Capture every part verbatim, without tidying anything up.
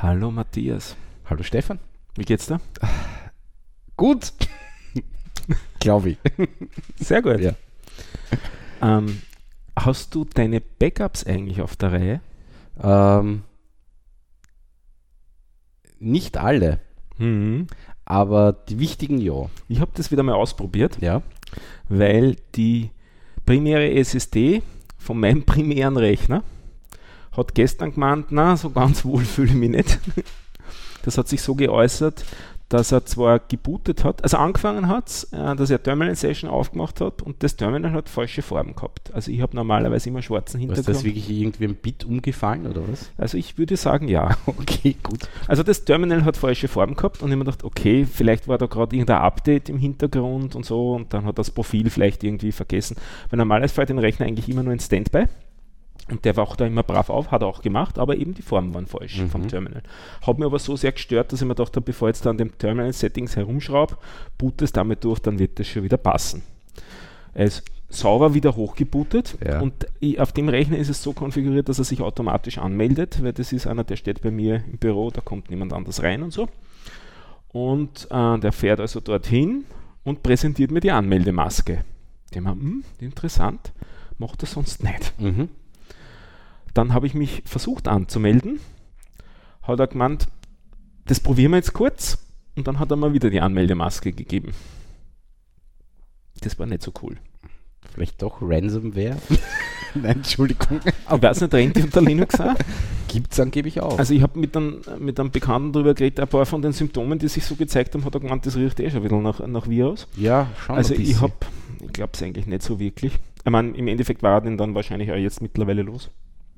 Hallo Matthias. Hallo Stefan. Wie geht's dir? Gut. Glaube ich. Sehr gut. Ja. Ähm, hast du deine Backups eigentlich auf der Reihe? Ähm, nicht alle, Mhm. aber die wichtigen ja. Ich habe das wieder mal ausprobiert, Ja. weil die primäre S S D von meinem primären Rechner hat gestern gemeint, na, so ganz wohl fühle ich mich nicht. Das hat sich so geäußert, dass er zwar gebootet hat, also angefangen hat, äh, dass er Terminal Session aufgemacht hat und das Terminal hat falsche Farben gehabt. Also ich habe normalerweise immer schwarzen Ist Hintergrund. das wirklich irgendwie ein Bit umgefallen oder was? Also ich würde sagen, ja. Okay, gut. Also das Terminal hat falsche Farben gehabt und ich habe mir gedacht, okay, vielleicht war da gerade irgendein Update im Hintergrund und so und dann hat das Profil vielleicht irgendwie vergessen. Weil normalerweise fällt den Rechner eigentlich immer nur in Standby. Und der wacht da immer brav auf, hat er auch gemacht, aber eben die Farben waren falsch Mhm. vom Terminal. Hat mir aber so sehr gestört, dass ich mir gedacht habe, bevor ich jetzt da an den Terminal-Settings herumschraube, boot es damit durch, dann wird das schon wieder passen. Er ist sauber wieder hochgebootet Ja. und ich, auf dem Rechner ist es so konfiguriert, dass er sich automatisch anmeldet, weil das ist einer, der steht bei mir im Büro, da kommt niemand anders rein und so. Und äh, der fährt also dorthin und präsentiert mir die Anmeldemaske. Ich meine, hm, interessant, macht er sonst nicht. Mhm. Dann habe ich mich versucht anzumelden, hat er gemeint, das probieren wir jetzt kurz und dann hat er mir wieder die Anmeldemaske gegeben. Das war nicht so cool. Vielleicht doch Ransomware? Nein, Entschuldigung. Aber weiß nicht, rennt die unter Linux auch? Gibt es angeblich auch. Also ich habe mit, einem- mit einem Bekannten darüber geredet, ein paar von den Symptomen, die sich so gezeigt haben, hat er gemeint, das riecht eh schon ein bisschen nach, nach Virus. ja, schauen Also wir ich habe, ich glaube es eigentlich nicht so wirklich. Ich meine, im Endeffekt war er denn dann wahrscheinlich auch jetzt mittlerweile los.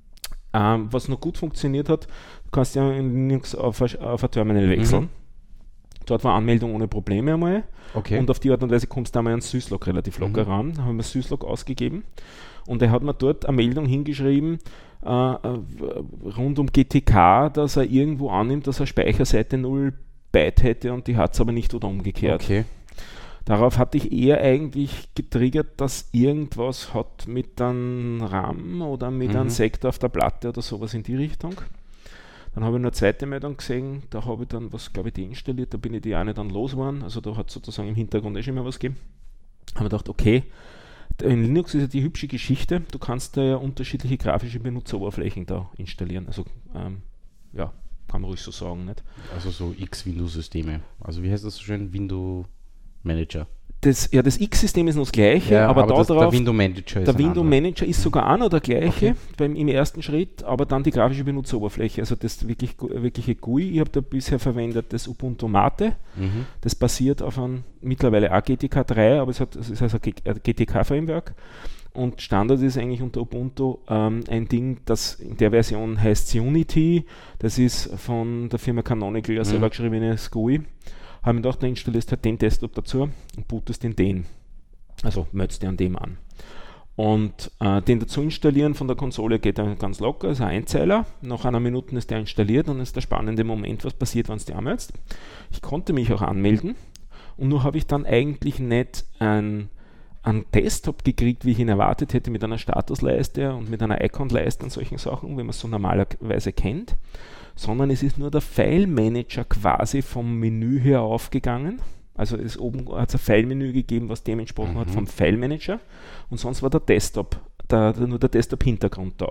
Ähm, was noch gut funktioniert hat, du kannst ja in Linux auf ein, auf ein Terminal wechseln. Mhm. Dort war Anmeldung ohne Probleme einmal. Okay. Und auf die Art und Weise kommst du einmal an Syslog relativ locker Mhm. ran. Da haben wir Syslog ausgegeben. Und er hat mir dort eine Meldung hingeschrieben, äh, äh, rund um G T K, dass er irgendwo annimmt, dass er Speicherseite null Byte hätte und die hat es aber nicht oder umgekehrt. Okay. Darauf hatte ich eher eigentlich getriggert, dass irgendwas hat mit einem RAM oder mit Mhm. einem Sektor auf der Platte oder sowas in die Richtung. Dann habe ich eine zweite Meldung gesehen, da habe ich dann was, glaube ich, deinstalliert, da bin ich die eine dann los geworden, also da hat sozusagen im Hintergrund eh schon mal was gegeben. Habe mir gedacht, okay, in Linux ist ja die hübsche Geschichte, du kannst da ja unterschiedliche grafische Benutzeroberflächen da installieren, also ähm, ja, kann man ruhig so sagen, nicht? Also so X-Windows-Systeme. Also wie heißt das so schön? Window Manager. Das, ja, das X-System ist noch das gleiche, aber, da das, drauf... der Window Manager ist Der ein Window anderer. Manager ist sogar auch noch der gleiche Okay. beim, im ersten Schritt, aber dann die grafische Benutzeroberfläche, also das wirklich, gu- wirkliche G U I. Ich habe da bisher verwendet das Ubuntu Mate, Mhm. das basiert auf einem mittlerweile auch G T K drei, aber es, hat, es ist also ein G T K-Framework und Standard ist eigentlich unter Ubuntu ähm, ein Ding, das in der Version heißt Unity, das ist von der Firma Canonical ja Mhm. selber geschriebenes G U I. Habe mir gedacht, dann installierst halt den Desktop dazu und bootest in den. Also meldest dir an dem an. Und äh, den dazu installieren von der Konsole geht dann ganz locker, ist ein Einzeiler. Nach einer Minute ist der installiert und ist der spannende Moment, was passiert, wenn du dich anmeldest. Ich konnte mich auch anmelden und nur habe ich dann eigentlich nicht ein, einen Desktop gekriegt, wie ich ihn erwartet hätte, mit einer Statusleiste und mit einer Icon-Leiste und solchen Sachen, wie man es so normalerweise kennt, sondern es ist nur der File-Manager quasi vom Menü her aufgegangen. Also es oben hat es ein File-Menü gegeben, was dem entsprochen Mhm. hat vom File-Manager und sonst war der Desktop, der, der, nur der Desktop-Hintergrund da.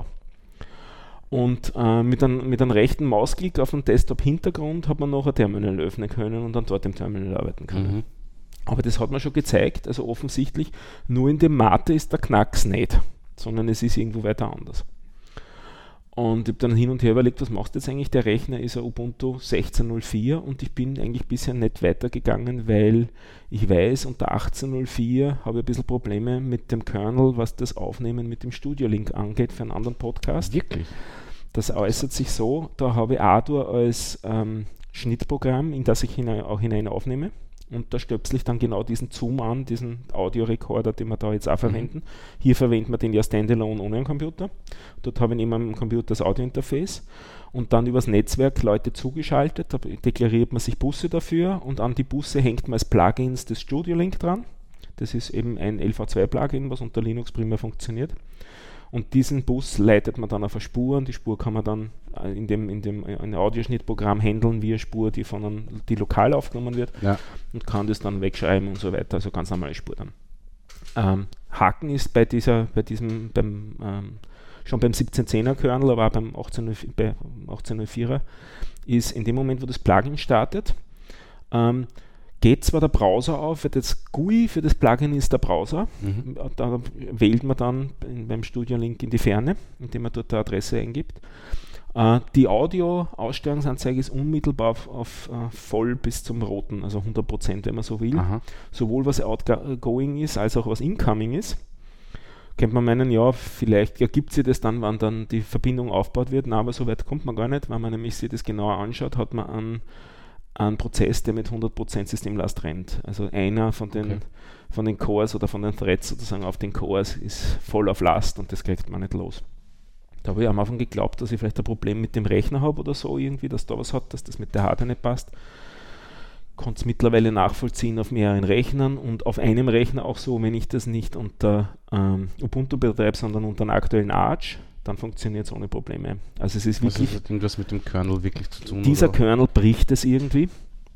Und äh, mit, einem, mit einem rechten Mausklick auf den Desktop-Hintergrund hat man noch ein Terminal öffnen können und dann dort im Terminal arbeiten können. Mhm. Aber das hat man schon gezeigt, also offensichtlich nur in dem Mate ist der Knacks nicht, sondern es ist irgendwo weiter anders. Und ich habe dann hin und her überlegt, was macht jetzt eigentlich der Rechner, ist ein Ubuntu sechzehn Punkt null vier und ich bin eigentlich bisher nicht weitergegangen, weil ich weiß, unter achtzehn Punkt null vier habe ich ein bisschen Probleme mit dem Kernel, was das Aufnehmen mit dem Studio-Link angeht für einen anderen Podcast. Wirklich? Das äußert sich so, da habe ich Ardour als ähm, Schnittprogramm, in das ich hinein, auch hinein aufnehme. Und da stöpsel ich dann genau diesen Zoom an, diesen Audiorekorder, den wir da jetzt auch verwenden. Hier verwenden wir den ja standalone ohne einen Computer. Dort habe ich neben meinem Computer das Audiointerface und dann übers Netzwerk Leute zugeschaltet. Da deklariert man sich Busse dafür und an die Busse hängt man als Plugins das Studio Link dran. Das ist eben ein L V zwei Plugin, was unter Linux prima funktioniert. Und diesen Bus leitet man dann auf eine Spur und die Spur kann man dann in dem, in dem ein Audioschnittprogramm handeln wie eine Spur, die von einem, die lokal aufgenommen wird Ja. und kann das dann wegschreiben und so weiter, also ganz normale Spur dann. Ähm, Haken ist bei dieser, bei diesem, beim, ähm, schon beim siebzehn-zehner Kernel, aber auch beim achtzehn null vierer, ist in dem Moment, wo das Plugin startet, ähm, geht zwar der Browser auf, weil das G U I für das Plugin ist der Browser. Mhm. Da wählt man dann in, beim Studio-Link in die Ferne, indem man dort die Adresse eingibt. Äh, die Audio-Aussteuerungsanzeige ist unmittelbar auf, auf uh, voll bis zum roten, also hundert Prozent, wenn man so will. Aha. Sowohl was outgoing ist, als auch was incoming ist. Könnte man meinen, ja, vielleicht ergibt sich das dann, wann dann die Verbindung aufgebaut wird. Nein, aber so weit kommt man gar nicht. Wenn man nämlich sich das genauer anschaut, hat man einen, einen Prozess, der mit hundert Prozent Systemlast rennt. Also einer von den, Okay. von den Cores oder von den Threads sozusagen auf den Cores ist voll auf Last und das kriegt man nicht los. Da habe ich am Anfang geglaubt, dass ich vielleicht ein Problem mit dem Rechner habe oder so irgendwie, dass da was hat, dass das mit der Hardware nicht passt. Konnte es mittlerweile nachvollziehen auf mehreren Rechnern und auf einem Rechner auch so, wenn ich das nicht unter ähm, Ubuntu betreibe, sondern unter einem aktuellen Arch, dann funktioniert es ohne Probleme. Also es ist Was wirklich, hat irgendwas mit dem Kernel wirklich zu tun? dieser oder? Kernel bricht es irgendwie.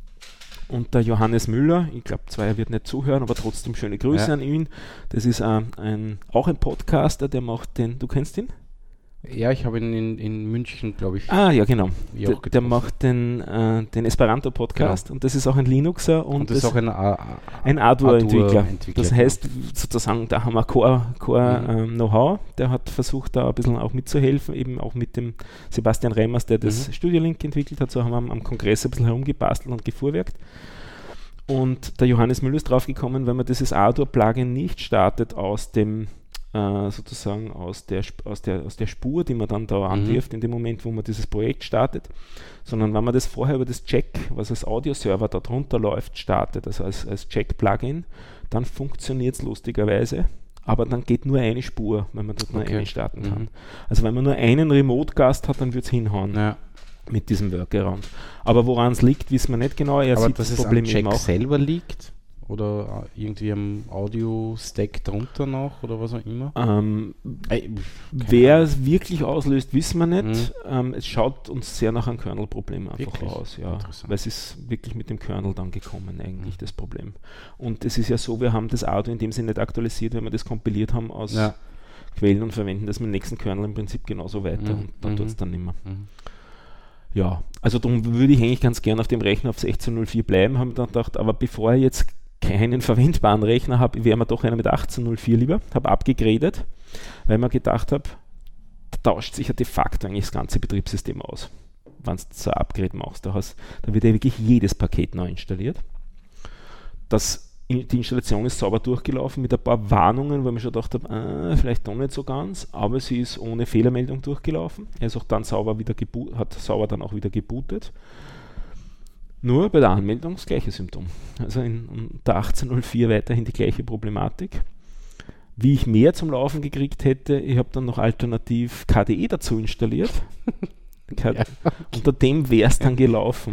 Und der Johannes Müller, ich glaube zwar, er wird nicht zuhören, aber trotzdem schöne Grüße Ja. an ihn. Das ist ähm, ein, auch ein Podcaster, der macht den, du kennst ihn? Ja, ich habe ihn in, in München, glaube ich. Ah, ja, genau. wie Der, auch der getroffen. macht den, äh, den Esperanto-Podcast Genau. und das ist auch ein Linuxer und, Und das ist auch ein, A- ein Ardour-Entwickler. Ardour-Entwickler, Das genau. heißt, sozusagen, da haben wir Core, Core Mhm. ähm, Know-how. Der hat versucht, da ein bisschen auch mitzuhelfen, eben auch mit dem Sebastian Remmers, der das Mhm. Studio-Link entwickelt hat. So haben wir am, am Kongress ein bisschen herumgebastelt und gefuhrwerkt. Und der Johannes Müller ist draufgekommen, wenn man dieses Ardour-Plugin nicht startet aus dem äh, sozusagen aus der, Sp- aus, der, aus der Spur, die man dann da anwirft, in dem Moment, wo man dieses Projekt startet, sondern wenn man das vorher über das Jack, was als Audioserver da drunter läuft, startet, also als, als Jack-Plugin, dann funktioniert es lustigerweise, aber dann geht nur eine Spur, wenn man dort nur Okay. eine starten kann. Mhm. Also wenn man nur einen Remote-Gast hat, dann wird es hinhauen Ja. mit diesem Workaround. Aber woran es liegt, wissen wir nicht genau. Er Aber sieht dass das es Problem am eben Jack auch. selber liegt? Oder äh, irgendwie am Audio-Stack drunter noch? Oder was auch immer? Ähm, Ey, keine wer Ahnung. es wirklich auslöst, wissen wir nicht. Ähm, es schaut uns sehr nach einem Kernel-Problem einfach Wirklich? aus. Ja. Interessant. Weil es ist wirklich mit dem Kernel dann gekommen, eigentlich Mhm. das Problem. Und es ist ja so, wir haben das Audio in dem Sinne nicht aktualisiert, wenn wir das kompiliert haben aus Ja. Quellen und verwenden das mit dem nächsten Kernel im Prinzip genauso weiter Mhm. und dann Mhm. tut es dann nicht mehr. Mhm. Ja, also darum würde ich eigentlich ganz gerne auf dem Rechner auf sechzehn null vier bleiben, habe mir dann gedacht, aber bevor ich jetzt keinen verwendbaren Rechner habe, wäre mir doch einer mit achtzehn null vier lieber, habe abgegradet, weil ich mir gedacht habe, da tauscht sich ja de facto eigentlich das ganze Betriebssystem aus, wenn du so ein Upgrade machst. Da, hast, da wird ja wirklich jedes Paket neu installiert. Das, die Installation ist sauber durchgelaufen mit ein paar Warnungen, weil ich mir schon gedacht habe, äh, vielleicht doch nicht so ganz, aber sie ist ohne Fehlermeldung durchgelaufen. Er ist auch dann sauber wieder geboot, hat sauber dann auch wieder gebootet. Nur bei der Anmeldung das gleiche Symptom. Also in der achtzehn null vier weiterhin die gleiche Problematik. Wie ich mehr zum Laufen gekriegt hätte, ich habe dann noch alternativ K D E dazu installiert. K- Ja, Unter dem wäre es dann gelaufen.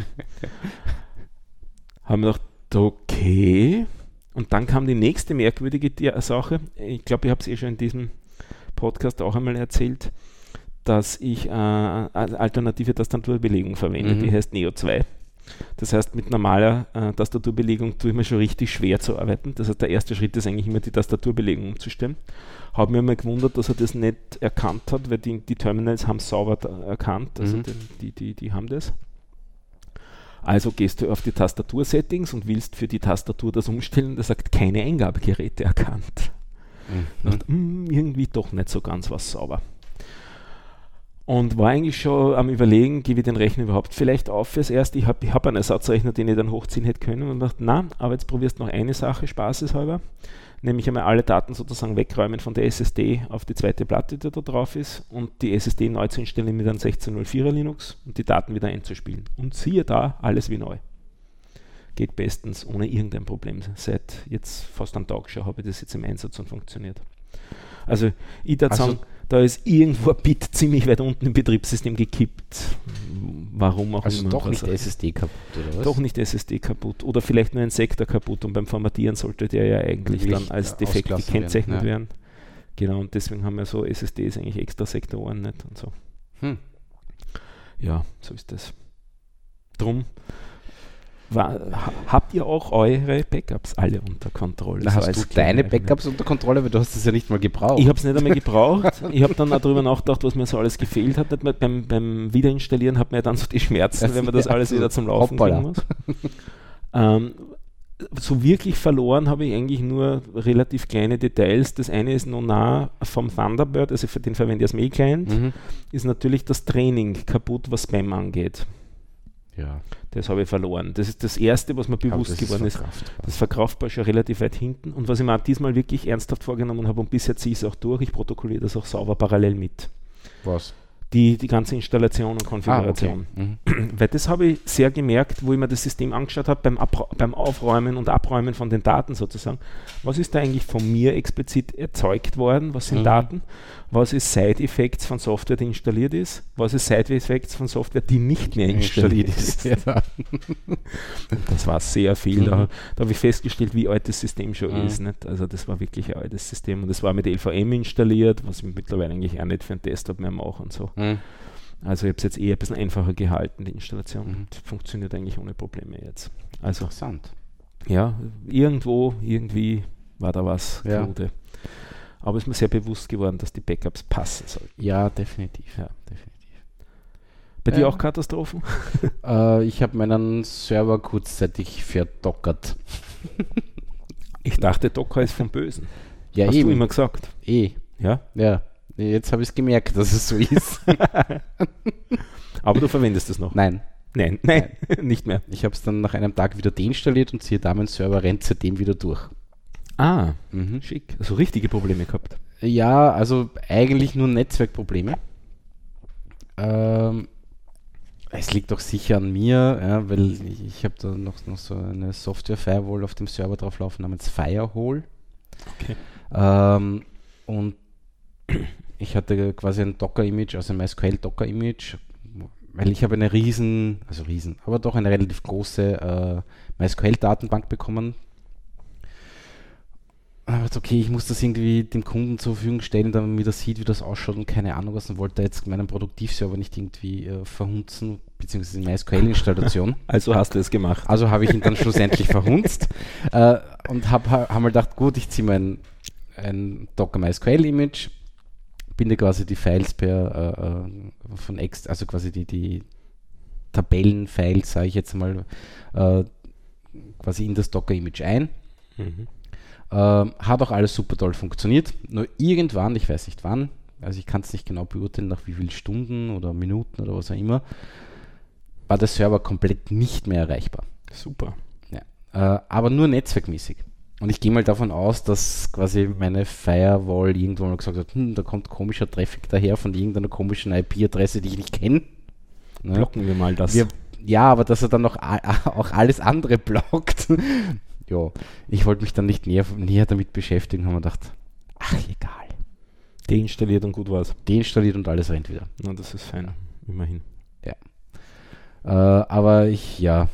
Haben wir gedacht, okay. Und dann kam die nächste merkwürdige Di- Sache. Ich glaube, ich habe es eh schon in diesem Podcast auch einmal erzählt, dass ich äh, als alternative Tastaturbelegung verwende. Mhm. Die heißt Neo zwei. Das heißt, mit normaler äh, Tastaturbelegung tue ich mir schon richtig schwer zu arbeiten. Das heißt, der erste Schritt ist eigentlich immer die Tastaturbelegung umzustellen. Habe mir mal gewundert, dass er das nicht erkannt hat, weil die, die Terminals haben es sauber da- erkannt. Also Mhm. den, die, die, die haben das. Also gehst du auf die Tastatur-Settings und willst für die Tastatur das umstellen. Das sagt, keine Eingabegeräte erkannt. Mhm. Und, mm, irgendwie doch nicht so ganz was sauber. Und war eigentlich schon am Überlegen, gebe ich den Rechner überhaupt vielleicht auf fürs Erste. Ich habe ich hab einen Ersatzrechner, den ich dann hochziehen hätte können und dachte, na, aber jetzt probierst du noch eine Sache, spaßeshalber, nämlich einmal alle Daten sozusagen wegräumen von der S S D auf die zweite Platte, die da drauf ist und die S S D neu zu installieren mit einem sechzehn null vierer Linux und die Daten wieder einzuspielen. Und siehe da, alles wie neu. Geht bestens, ohne irgendein Problem. Seit jetzt fast einem Tag schon habe ich das jetzt im Einsatz und funktioniert. Also ich würde Also- sagen, da ist irgendwo ein Bit ziemlich weit unten im Betriebssystem gekippt. Warum auch Also immer. doch nicht Was- S S D kaputt, oder was? Doch nicht S S D kaputt. Oder vielleicht nur ein Sektor kaputt und beim Formatieren sollte der ja eigentlich Wirklich, dann als ja, defekt ausgelassen gekennzeichnet werden, werden. Genau, und deswegen haben wir so S S Ds eigentlich extra Sektoren nicht und so. Hm. ja, so ist das. Drum war, ha, habt ihr auch eure Backups alle unter Kontrolle? Na, so hast du deine Backups unter Kontrolle, weil du hast es ja nicht mal gebraucht. Ich habe es nicht einmal gebraucht. Ich habe dann auch darüber nachgedacht, was mir so alles gefehlt hat. Nicht beim, beim Wiederinstallieren hat man ja dann so die Schmerzen, das wenn man das ja, alles so wieder zum Laufen hoppala. bringen muss. ähm, so wirklich verloren habe ich eigentlich nur relativ kleine Details. Das eine ist noch nah vom Thunderbird, also für den verwende ich als Mail-Client, Mhm. ist natürlich das Training kaputt, was Spam angeht. Ja. Das habe ich verloren. Das ist das Erste, was mir bewusst das ist geworden ist. verkraftbar. Das ist verkraftbar schon relativ weit hinten. Und was ich mir auch diesmal wirklich ernsthaft vorgenommen habe, und bisher ziehe ich es auch durch, ich protokolliere das auch sauber parallel mit. Was? Die, die ganze Installation und Konfiguration. Ah, okay. Mhm. Weil das habe ich sehr gemerkt, wo ich mir das System angeschaut habe, beim, Abra- beim Aufräumen und Abräumen von den Daten sozusagen. Was ist da eigentlich von mir explizit erzeugt worden? Was sind Mhm. Daten? Was ist Side-Effects von Software, die installiert ist? Was ist Side-Effects von Software, die nicht mehr installiert ist? Ja. Das war sehr viel. Mhm. Da, da habe ich festgestellt, wie alt das System schon Mhm. ist. Nicht? Also das war wirklich ein altes System. Und das war mit L V M installiert, was ich mittlerweile eigentlich auch nicht für einen Desktop mehr mache und so. Mhm. Also ich habe es jetzt eher ein bisschen einfacher gehalten, die Installation. Mhm. Die funktioniert eigentlich ohne Probleme jetzt. Also Interessant. ja, irgendwo, irgendwie war da was Ja. Gute. Aber es ist mir sehr bewusst geworden, dass die Backups passen sollten. Ja, definitiv. Ja. definitiv. Bei dir Ja. auch Katastrophen? Äh, ich habe meinen Server kurzzeitig verdockert. Ich dachte, Docker ist vom Bösen. Ja, Hast eben. du immer gesagt. Eh. Ja? Ja. Jetzt habe ich es gemerkt, dass es so ist. Aber du verwendest es noch? Nein. Nein, nein, nicht mehr. Ich habe es dann nach einem Tag wieder deinstalliert und siehe da, mein Server rennt seitdem wieder durch. Ah, Mhm. schick. Also richtige Probleme gehabt. Ja, also eigentlich nur Netzwerkprobleme. Ähm, es liegt doch sicher an mir, ja, weil ich, ich habe da noch, noch so eine Software-Firewall auf dem Server drauf laufen namens Firehole. Okay. Ähm, und ich hatte quasi ein Docker-Image, also ein MySQL-Docker-Image, weil ich habe eine riesen, also riesen, aber doch eine relativ große äh, MySQL-Datenbank bekommen. Aber okay, ich muss das irgendwie dem Kunden zur Verfügung stellen, damit er das sieht, wie das ausschaut und keine Ahnung was, und wollte jetzt meinen Produktivserver nicht irgendwie äh, verhunzen, beziehungsweise die MySQL-Installation. Also hast du es gemacht. Also habe ich ihn dann schlussendlich verhunzt äh, und habe hab mal gedacht, gut, ich ziehe mein ein Docker MySQL-Image, binde quasi die Files per äh, von ex, also quasi die, die Tabellen-Files, sage ich jetzt mal, äh, quasi in das Docker-Image ein. Mhm. Ähm, hat auch alles super toll funktioniert. Nur irgendwann, ich weiß nicht wann, also ich kann es nicht genau beurteilen, nach wie vielen Stunden oder Minuten oder was auch immer, war der Server komplett nicht mehr erreichbar. Super. Ja. Äh, aber nur netzwerkmäßig. Und ich gehe mal davon aus, dass quasi meine Firewall irgendwann mal gesagt hat, hm, da kommt komischer Traffic daher von irgendeiner komischen I P-Adresse, die ich nicht kenne. Ne? Blocken wir mal das. Wir, ja, aber dass er dann noch a- auch alles andere blockt. Ja, ich wollte mich dann nicht näher, näher damit beschäftigen, haben wir gedacht, ach egal. Deinstalliert und gut war's. Deinstalliert und alles rennt wieder. Na, das ist fein. Immerhin. Äh, aber ich, ja,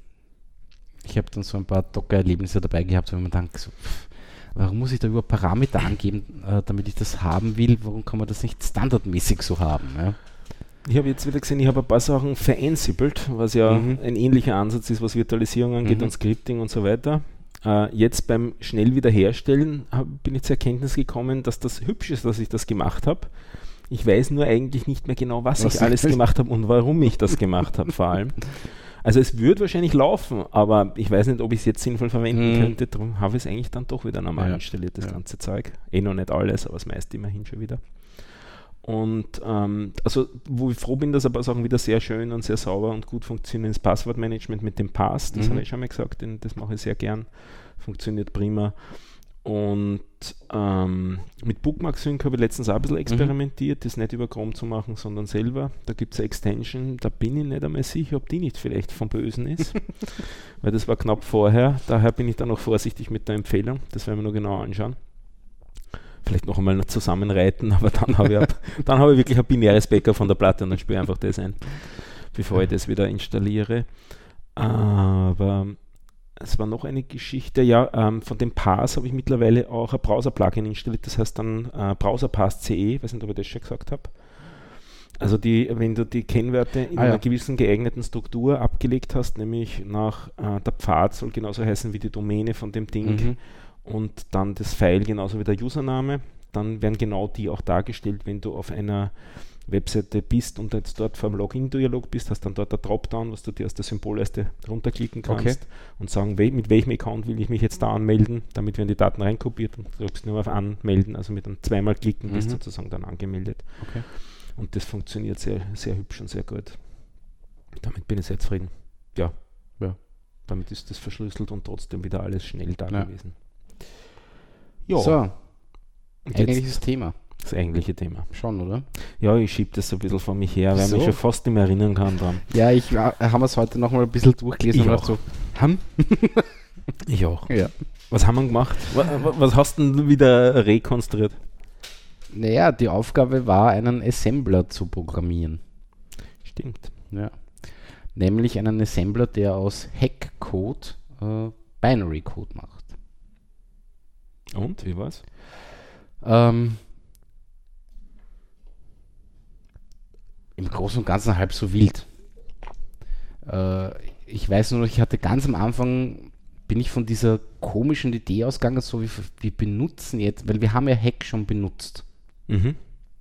ich habe dann so ein paar Docker-Erlebnisse dabei gehabt, wo man denkt, so, pff, warum muss ich da überhaupt Parameter angeben, äh, damit ich das haben will? Warum kann man das nicht standardmäßig so haben? Ja? Ich habe jetzt wieder gesehen, ich habe ein paar Sachen veransibled, was ja Mhm. ein ähnlicher Ansatz ist, was Virtualisierung angeht Mhm. und Scripting und so weiter. Äh, jetzt beim schnell wiederherstellen hab, bin ich zur Erkenntnis gekommen, dass das hübsch ist, dass ich das gemacht habe. Ich weiß nur eigentlich nicht mehr genau, was, Was ich alles du- gemacht habe und warum ich das gemacht habe vor allem. Also es wird wahrscheinlich laufen, aber ich weiß nicht, ob ich es jetzt sinnvoll verwenden Mhm. könnte. Darum habe ich es eigentlich dann doch wieder normal Ja. installiert, das Ja. ganze Zeug. Eh noch nicht alles, aber das meiste immerhin schon wieder. Und ähm, also, wo ich froh bin, dass ein paar Sachen wieder sehr schön und sehr sauber und gut funktionieren, ist Passwortmanagement mit dem Pass, das Mhm. habe ich schon mal gesagt, den, das mache ich sehr gern, funktioniert prima. Und ähm, mit Bookmark Sync habe ich letztens auch ein bisschen experimentiert, das nicht über Chrome zu machen, sondern selber. Da gibt es eine Extension, da bin ich nicht einmal sicher, ob die nicht vielleicht vom Bösen ist, weil das war knapp vorher, daher bin ich dann noch vorsichtig mit der Empfehlung, das werden wir noch genau anschauen. Vielleicht noch einmal zusammenreiten, aber dann habe ich, ab, dann habe ich wirklich ein binäres Backup von der Platte und dann spiele ich einfach das ein, bevor ich das wieder installiere. Aber es war noch eine Geschichte, ja, ähm, von dem Pass habe ich mittlerweile auch ein Browser-Plugin installiert, das heißt dann äh, Browser Pass C E, weiß nicht, ob ich das schon gesagt habe. Also die, wenn du die Kennwörter in Ah, ja. einer gewissen geeigneten Struktur abgelegt hast, nämlich nach äh, der Pfad soll genauso heißen wie die Domäne von dem Ding Mhm. und dann das File genauso wie der Username, dann werden genau die auch dargestellt, wenn du auf einer Webseite bist und jetzt dort vor dem Login-Dialog bist, hast dann dort ein Dropdown, was du dir aus der Symbolleiste runterklicken kannst Okay. und sagen, we mit welchem Account will ich mich jetzt da anmelden, damit werden die Daten reinkopiert und du drückst nur auf Anmelden, also mit einem zweimal klicken bist Mhm. sozusagen dann angemeldet. Okay. Und das funktioniert sehr, sehr hübsch und sehr gut. Damit bin ich sehr zufrieden. Ja. Ja. Damit ist das verschlüsselt und trotzdem wieder alles schnell da Ja. gewesen. Ja, So, und jetzt eigentliches Thema. das eigentliche Thema. Schon, oder? Ja, ich schiebe das so ein bisschen vor mich her, weil ich Wieso? mich schon fast nicht mehr erinnern kann dran. Ja, ich äh, haben wir es heute nochmal ein bisschen durchgelesen Ich und auch. gedacht so, hm? Ich auch. Ja. Was haben wir gemacht? Was, was hast du denn wieder rekonstruiert? Naja, die Aufgabe war, einen Assembler zu programmieren. Stimmt. Ja. Nämlich einen Assembler, der aus Hackcode äh, Binary-Code macht. Und, wie war's? Ähm, Im Großen und Ganzen halb so wild. Äh, ich weiß nur noch, ich hatte ganz am Anfang, bin ich von dieser komischen Idee ausgegangen, so wie wir benutzen jetzt, weil wir haben ja Hack schon benutzt. Mhm.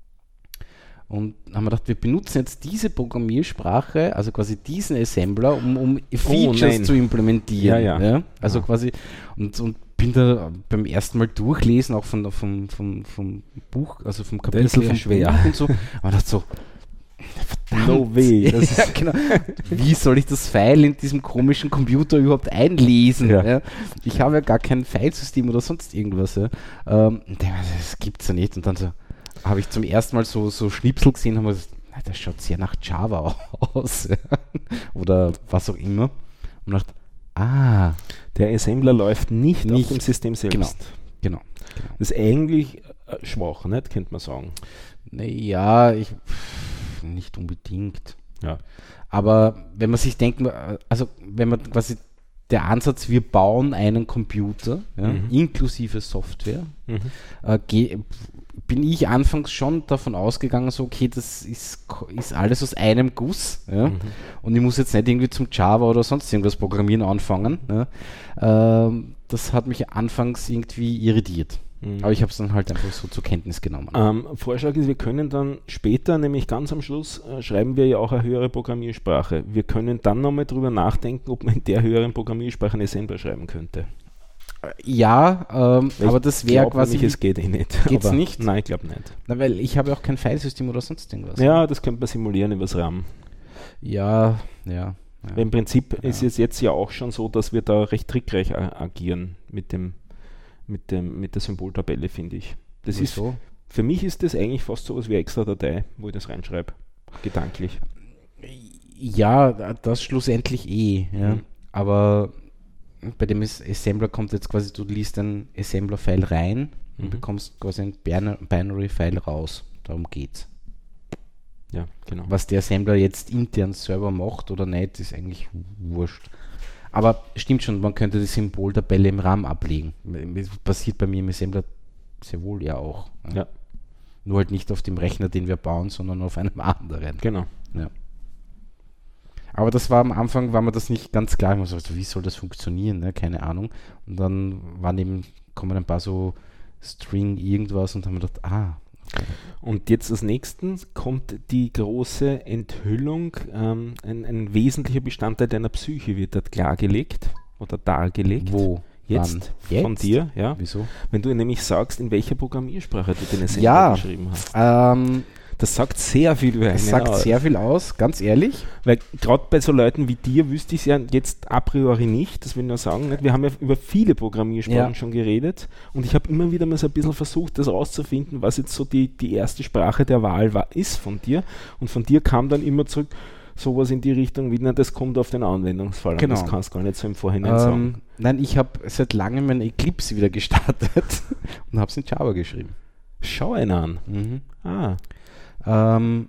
Und haben wir gedacht, wir benutzen jetzt diese Programmiersprache, also quasi diesen Assembler, um, um Features nein. zu implementieren. Ja, ja. Also Ah. quasi, und, und bin da beim ersten Mal durchlesen, auch von, vom, vom, vom Buch, also vom Kapitel ist ja vom schwer. Buch und so, aber dachte so, verdammt. No way. Das Ja, genau. Wie soll ich das File in diesem komischen Computer überhaupt einlesen? Ja. Ja? Ich habe ja gar kein Filesystem oder sonst irgendwas. Ja? Ähm, und der, das gibt's ja nicht. Und dann so, habe ich zum ersten Mal so, so Schnipsel gesehen, haben wir gesagt, na, das schaut sehr nach Java aus. Ja? Oder was auch immer. Und dachte, ah, Der Assembler läuft nicht, Nicht. auf dem System selbst. Genau. genau. Das ist eigentlich äh, schwach, nicht? Könnte man sagen. Naja, ich pff, nicht unbedingt. Ja. Aber wenn man sich denkt, also wenn man quasi der Ansatz, wir bauen einen Computer, ja, Mhm. inklusive Software, Mhm. äh, geh, bin ich anfangs schon davon ausgegangen, so okay, das ist, ist alles aus einem Guss, ja, Mhm. und ich muss jetzt nicht irgendwie zum Java oder sonst irgendwas programmieren anfangen. Ja. Ähm, das hat mich anfangs irgendwie irritiert. Mhm. Aber ich habe es dann halt einfach so zur Kenntnis genommen. Ähm, Vorschlag ist, wir können dann später, nämlich ganz am Schluss, äh, schreiben wir ja auch eine höhere Programmiersprache. Wir können dann nochmal drüber nachdenken, ob man in der höheren Programmiersprache einen Assembler schreiben könnte. Ja, ähm, Weil aber ich das wäre glaub quasi... nämlich, es geht eh nicht. Geht's Aber nicht? Nein, ich glaube nicht. Na, weil ich habe ja auch kein Filesystem oder sonst irgendwas. Ja, das könnte man simulieren übers RAM. Ja, ja. Weil ja. im Prinzip Ja. ist es jetzt ja auch schon so, dass wir da recht trickreich a- agieren mit dem, mit dem, mit der Symboltabelle, finde ich. Das ist, Wieso? für mich ist das eigentlich fast so was wie eine extra Datei, wo ich das reinschreibe, gedanklich. Ja, das schlussendlich eh. Ja. Mhm. Aber bei dem As- Assembler kommt jetzt quasi, du liest ein Assembler-File rein und Mhm. bekommst quasi ein Bin- Binary-File raus. Darum geht's. Ja, genau. Was der Assembler jetzt intern selber macht oder nicht, ist eigentlich wurscht. Aber stimmt schon, man könnte die Symboltabelle im RAM ablegen. Das passiert bei mir im Assembler sehr wohl ja auch. Ja, Nur halt nicht auf dem Rechner, den wir bauen, sondern auf einem anderen. genau. Ja. Aber das war am Anfang, war mir das nicht ganz klar. Ich war so, wie soll das funktionieren? Ne? Keine Ahnung. Und dann waren eben, kommen ein paar so String irgendwas und haben mir gedacht, ah, okay. Und jetzt als nächstes kommt die große Enthüllung. Ähm, ein, ein wesentlicher Bestandteil deiner Psyche wird dort klargelegt oder dargelegt. Wo? Jetzt, Wann? von Jetzt? dir, ja. Wieso? Wenn du nämlich sagst, in welcher Programmiersprache du den Assembler Ja. geschrieben hast. Ähm, Das sagt sehr viel über einen es sagt aus. sehr viel aus, ganz ehrlich. Weil gerade bei so Leuten wie dir wüsste ich es ja jetzt a priori nicht, das will ich nur sagen. Nicht? Wir haben ja über viele Programmiersprachen Ja. schon geredet und ich habe immer wieder mal so ein bisschen versucht, das rauszufinden, was jetzt so die, die erste Sprache der Wahl war, ist von dir. Und von dir kam dann immer zurück sowas in die Richtung wie, na, das kommt auf den Anwendungsfall an. Genau. Das kannst du gar nicht so im Vorhinein sagen. Ähm, nein, ich habe seit langem mein Eclipse wieder gestartet und habe es in Java geschrieben. Schau einen an. Mhm. Ah, Ähm,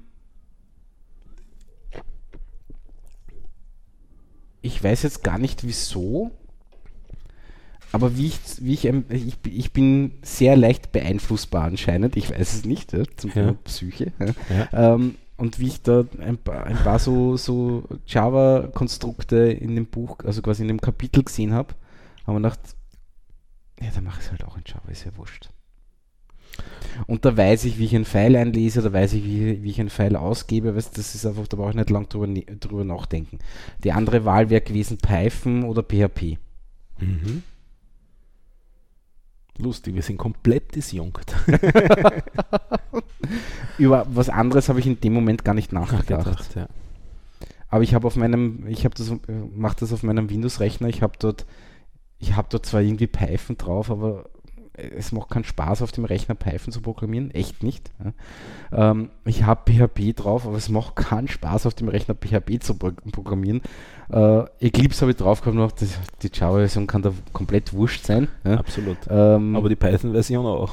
ich weiß jetzt gar nicht wieso, aber wie ich, wie ich, ähm, ich, ich bin sehr leicht beeinflussbar anscheinend, ich weiß es nicht, ja, zum Ja. Thema Psyche. Ja. ja. Ähm, und wie ich da ein paar, ein paar so, so Java-Konstrukte in dem Buch, also quasi in dem Kapitel gesehen habe, haben wir gedacht, ja, dann mache ich es halt auch in Java, ist ja wurscht. Und da weiß ich, wie ich ein File einlese, da weiß ich, wie, wie ich ein File ausgebe, weißt, das ist einfach, da brauche ich nicht lang drüber, drüber nachdenken. Die andere Wahl wäre gewesen Python oder P H P. Mhm. Lustig, wir sind komplett disjunkt. Über was anderes habe ich in dem Moment gar nicht nachgedacht. Gedacht, ja. Aber ich habe auf meinem, ich habe das, mache das auf meinem Windows-Rechner, ich habe dort, ich habe dort zwar irgendwie Python drauf, aber es macht keinen Spaß auf dem Rechner Python zu programmieren, echt nicht. Ja. Ähm, ich habe P H P drauf, aber es macht keinen Spaß auf dem Rechner P H P zu pro- programmieren. Äh, Eclipse habe ich drauf gehabt, noch, das, die Java-Version kann da komplett wurscht sein. Ja. Absolut. Ähm, aber die Python-Version auch.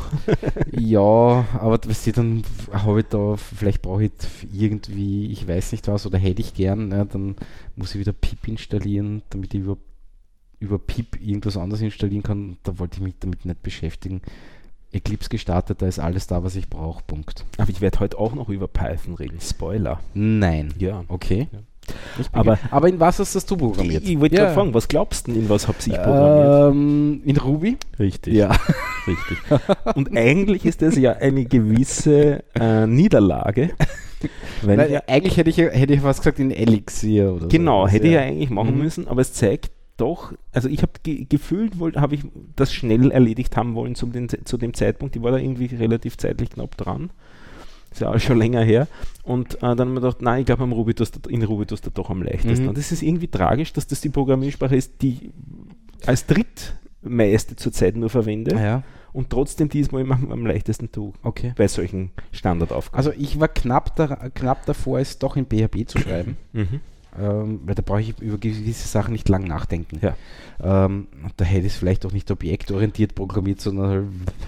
Ja, aber weißt du, dann habe ich da, vielleicht brauche ich irgendwie, ich weiß nicht was, oder hätte ich gern, ja, dann muss ich wieder pip installieren, damit ich über, über pip irgendwas anderes installieren kann. Da wollte ich mich damit nicht beschäftigen. Eclipse gestartet, da ist alles da, was ich brauche, Punkt. Aber ich werde heute auch noch über Python reden. Spoiler. Nein. Ja. Okay. Ja. Aber, aber in was hast das du programmiert? Ich, ich wollte Ja. gerade fragen, was glaubst du denn, in was habe ich programmiert? Ähm, in Ruby? Richtig. Ja. Richtig. Und eigentlich ist das ja eine gewisse äh, Niederlage. Weil Nein, ja, eigentlich hätte ich, hätte ich was gesagt in Elixir oder genau, so. hätte ich ja eigentlich machen Mhm. müssen, aber es zeigt doch, also ich habe ge gefühlt, habe ich das schnell erledigt haben wollen zu, den, zu dem Zeitpunkt. Ich war da irgendwie relativ zeitlich knapp dran. Ist ja auch schon länger her. Und äh, dann haben wir gedacht, nein, ich glaube, in Ruby tust du doch am leichtesten. Mhm. Und das ist irgendwie tragisch, dass das die Programmiersprache ist, die ich als drittmeiste zurzeit nur verwende Ja, und trotzdem diesmal immer am, am leichtesten tue okay. bei solchen Standardaufgaben. Also ich war knapp, da, knapp davor, es doch in P H P zu schreiben, Mhm. ähm, weil da brauche ich über gewisse Sachen nicht lang nachdenken. Ja. Ähm, und da hätte ich es vielleicht auch nicht objektorientiert programmiert, sondern halt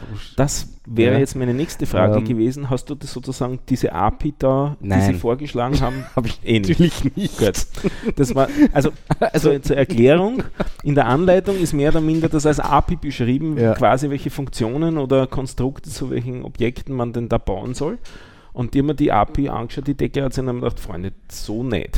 Das wäre Ja. jetzt meine nächste Frage Ähm, gewesen. Hast du das sozusagen, diese A P I da, die Nein. sie vorgeschlagen haben? habe ich Eh nicht. natürlich nicht. Gut. Das war, also, Also- zur, zur Erklärung, in der Anleitung ist mehr oder minder das als A P I beschrieben, Ja. quasi welche Funktionen oder Konstrukte zu welchen Objekten man denn da bauen soll. Und die haben mir die A P I angeschaut, die Deklaration, und haben gedacht, Freunde, so nicht.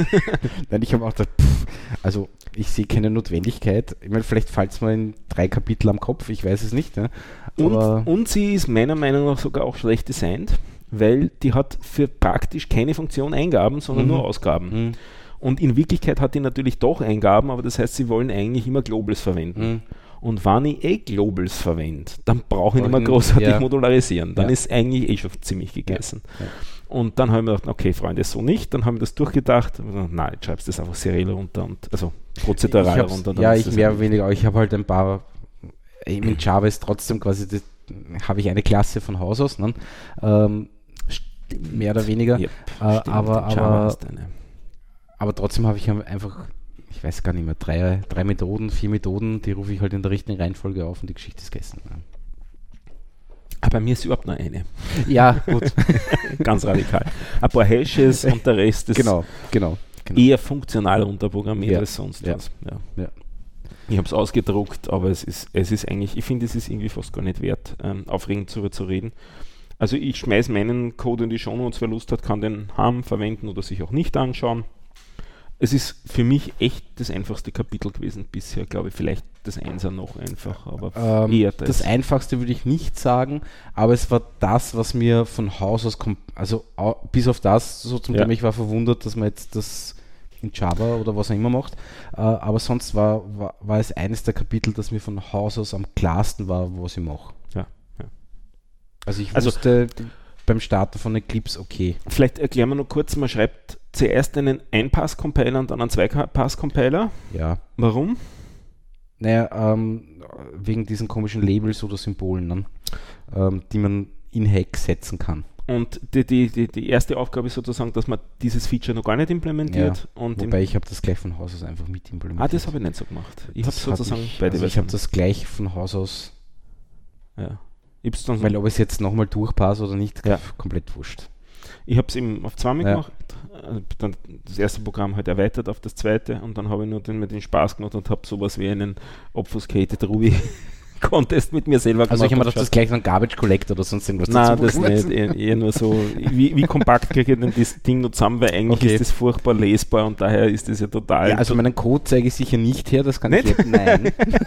Nein, ich habe auch gedacht, pff, also ich sehe keine Notwendigkeit. Ich meine, vielleicht fällt es mir in drei Kapitel am Kopf, ich weiß es nicht. Ja. Und, Aber und sie ist meiner Meinung nach sogar auch schlecht designt, weil die hat für praktisch keine Funktion Eingaben, sondern Mhm. nur Ausgaben. Mhm. Und in Wirklichkeit hat die natürlich doch Eingaben, aber das heißt, sie wollen eigentlich immer Globals verwenden. Mhm. Und wenn ich eh Globals verwende, dann brauche ich nicht mehr Brauchen- großartig ja. modularisieren. Dann Ja. ist eigentlich eh schon ziemlich gegessen. Ja. Und dann habe ich mir gedacht, okay, Freunde, so nicht. Dann habe ich das durchgedacht. Und gedacht, nein, jetzt schreibst du das einfach seriell runter und also prozedural Ich hab's- runter. dann Ja, ist ich das mehr eigentlich- oder weniger, aber ich habe halt ein paar, eben in Java ist trotzdem quasi, das, habe ich eine Klasse von Haus aus, ne? ähm, mehr oder weniger, Yep, Äh, stimmt, aber- in Java aber- hast du eine. aber trotzdem habe ich einfach, ich weiß gar nicht mehr, drei, drei Methoden, vier Methoden, die rufe ich halt in der richtigen Reihenfolge auf und die Geschichte ist gegessen. Aber bei mir ist überhaupt nur eine. Ja, gut. Ganz radikal. Ein paar Hashes und der Rest ist genau, genau. genau. eher funktional runterprogrammiert Ja. als sonst Ja. was. Ja. Ja. Ich habe es ausgedruckt, aber es ist, es ist eigentlich, ich finde, es ist irgendwie fast gar nicht wert, ähm, aufregend darüber zu reden. Also ich schmeiße meinen Code in die Shownotes, wer Lust hat, kann den haben, verwenden oder sich auch nicht anschauen. Es ist für mich echt das einfachste Kapitel gewesen bisher, glaube ich. Vielleicht das Einser noch einfacher, aber Ähm, eher das Einfachste würde ich nicht sagen, aber es war das, was mir von Haus aus kommt, also au, bis auf das, so zum Ja. Thema, ich war verwundert, dass man jetzt das in Java oder was auch immer macht, äh, aber sonst war, war, war es eines der Kapitel, das mir von Haus aus am klarsten war, was ich mache. Ja, ja. Also ich Also- wusste beim Starten von Eclipse, okay. Vielleicht erklären wir noch kurz, man schreibt zuerst einen Ein-Pass-Compiler und dann einen Zwei-Pass-Compiler. Ja. Warum? Naja, ähm, wegen diesen komischen Labels oder Symbolen, ne? ähm, die man in Hack setzen kann. Und die, die, die, die erste Aufgabe ist sozusagen, dass man dieses Feature noch gar nicht implementiert. Und im, Wobei ich habe das gleich von Haus aus einfach mit implementiert. ah, das habe ich nicht so gemacht. Ich habe Das hab sozusagen ich, beide also ich habe Versionen. das gleich von Haus aus, Ja. Ich habe es dann so- weil ob es jetzt nochmal durchpasst oder nicht, Ja. komplett wurscht. ich habe es eben auf zweimal Ja. gemacht. Also dann das erste Programm halt erweitert auf das zweite und dann habe ich nur den, mir den Spaß gemacht und habe sowas wie einen obfuscated Ruby Contest mit mir selber Also ich habe mir habe. das gleich so ein Garbage Collector oder sonst irgendwas Nein, dazu das nicht. Eher, eher nur so, wie, wie kompakt kriege ich denn das Ding noch zusammen, weil eigentlich Okay. ist das furchtbar lesbar und daher ist das ja total... Ja, also meinen Code zeige ich sicher nicht her, das kann Nicht? ich jetzt, nein.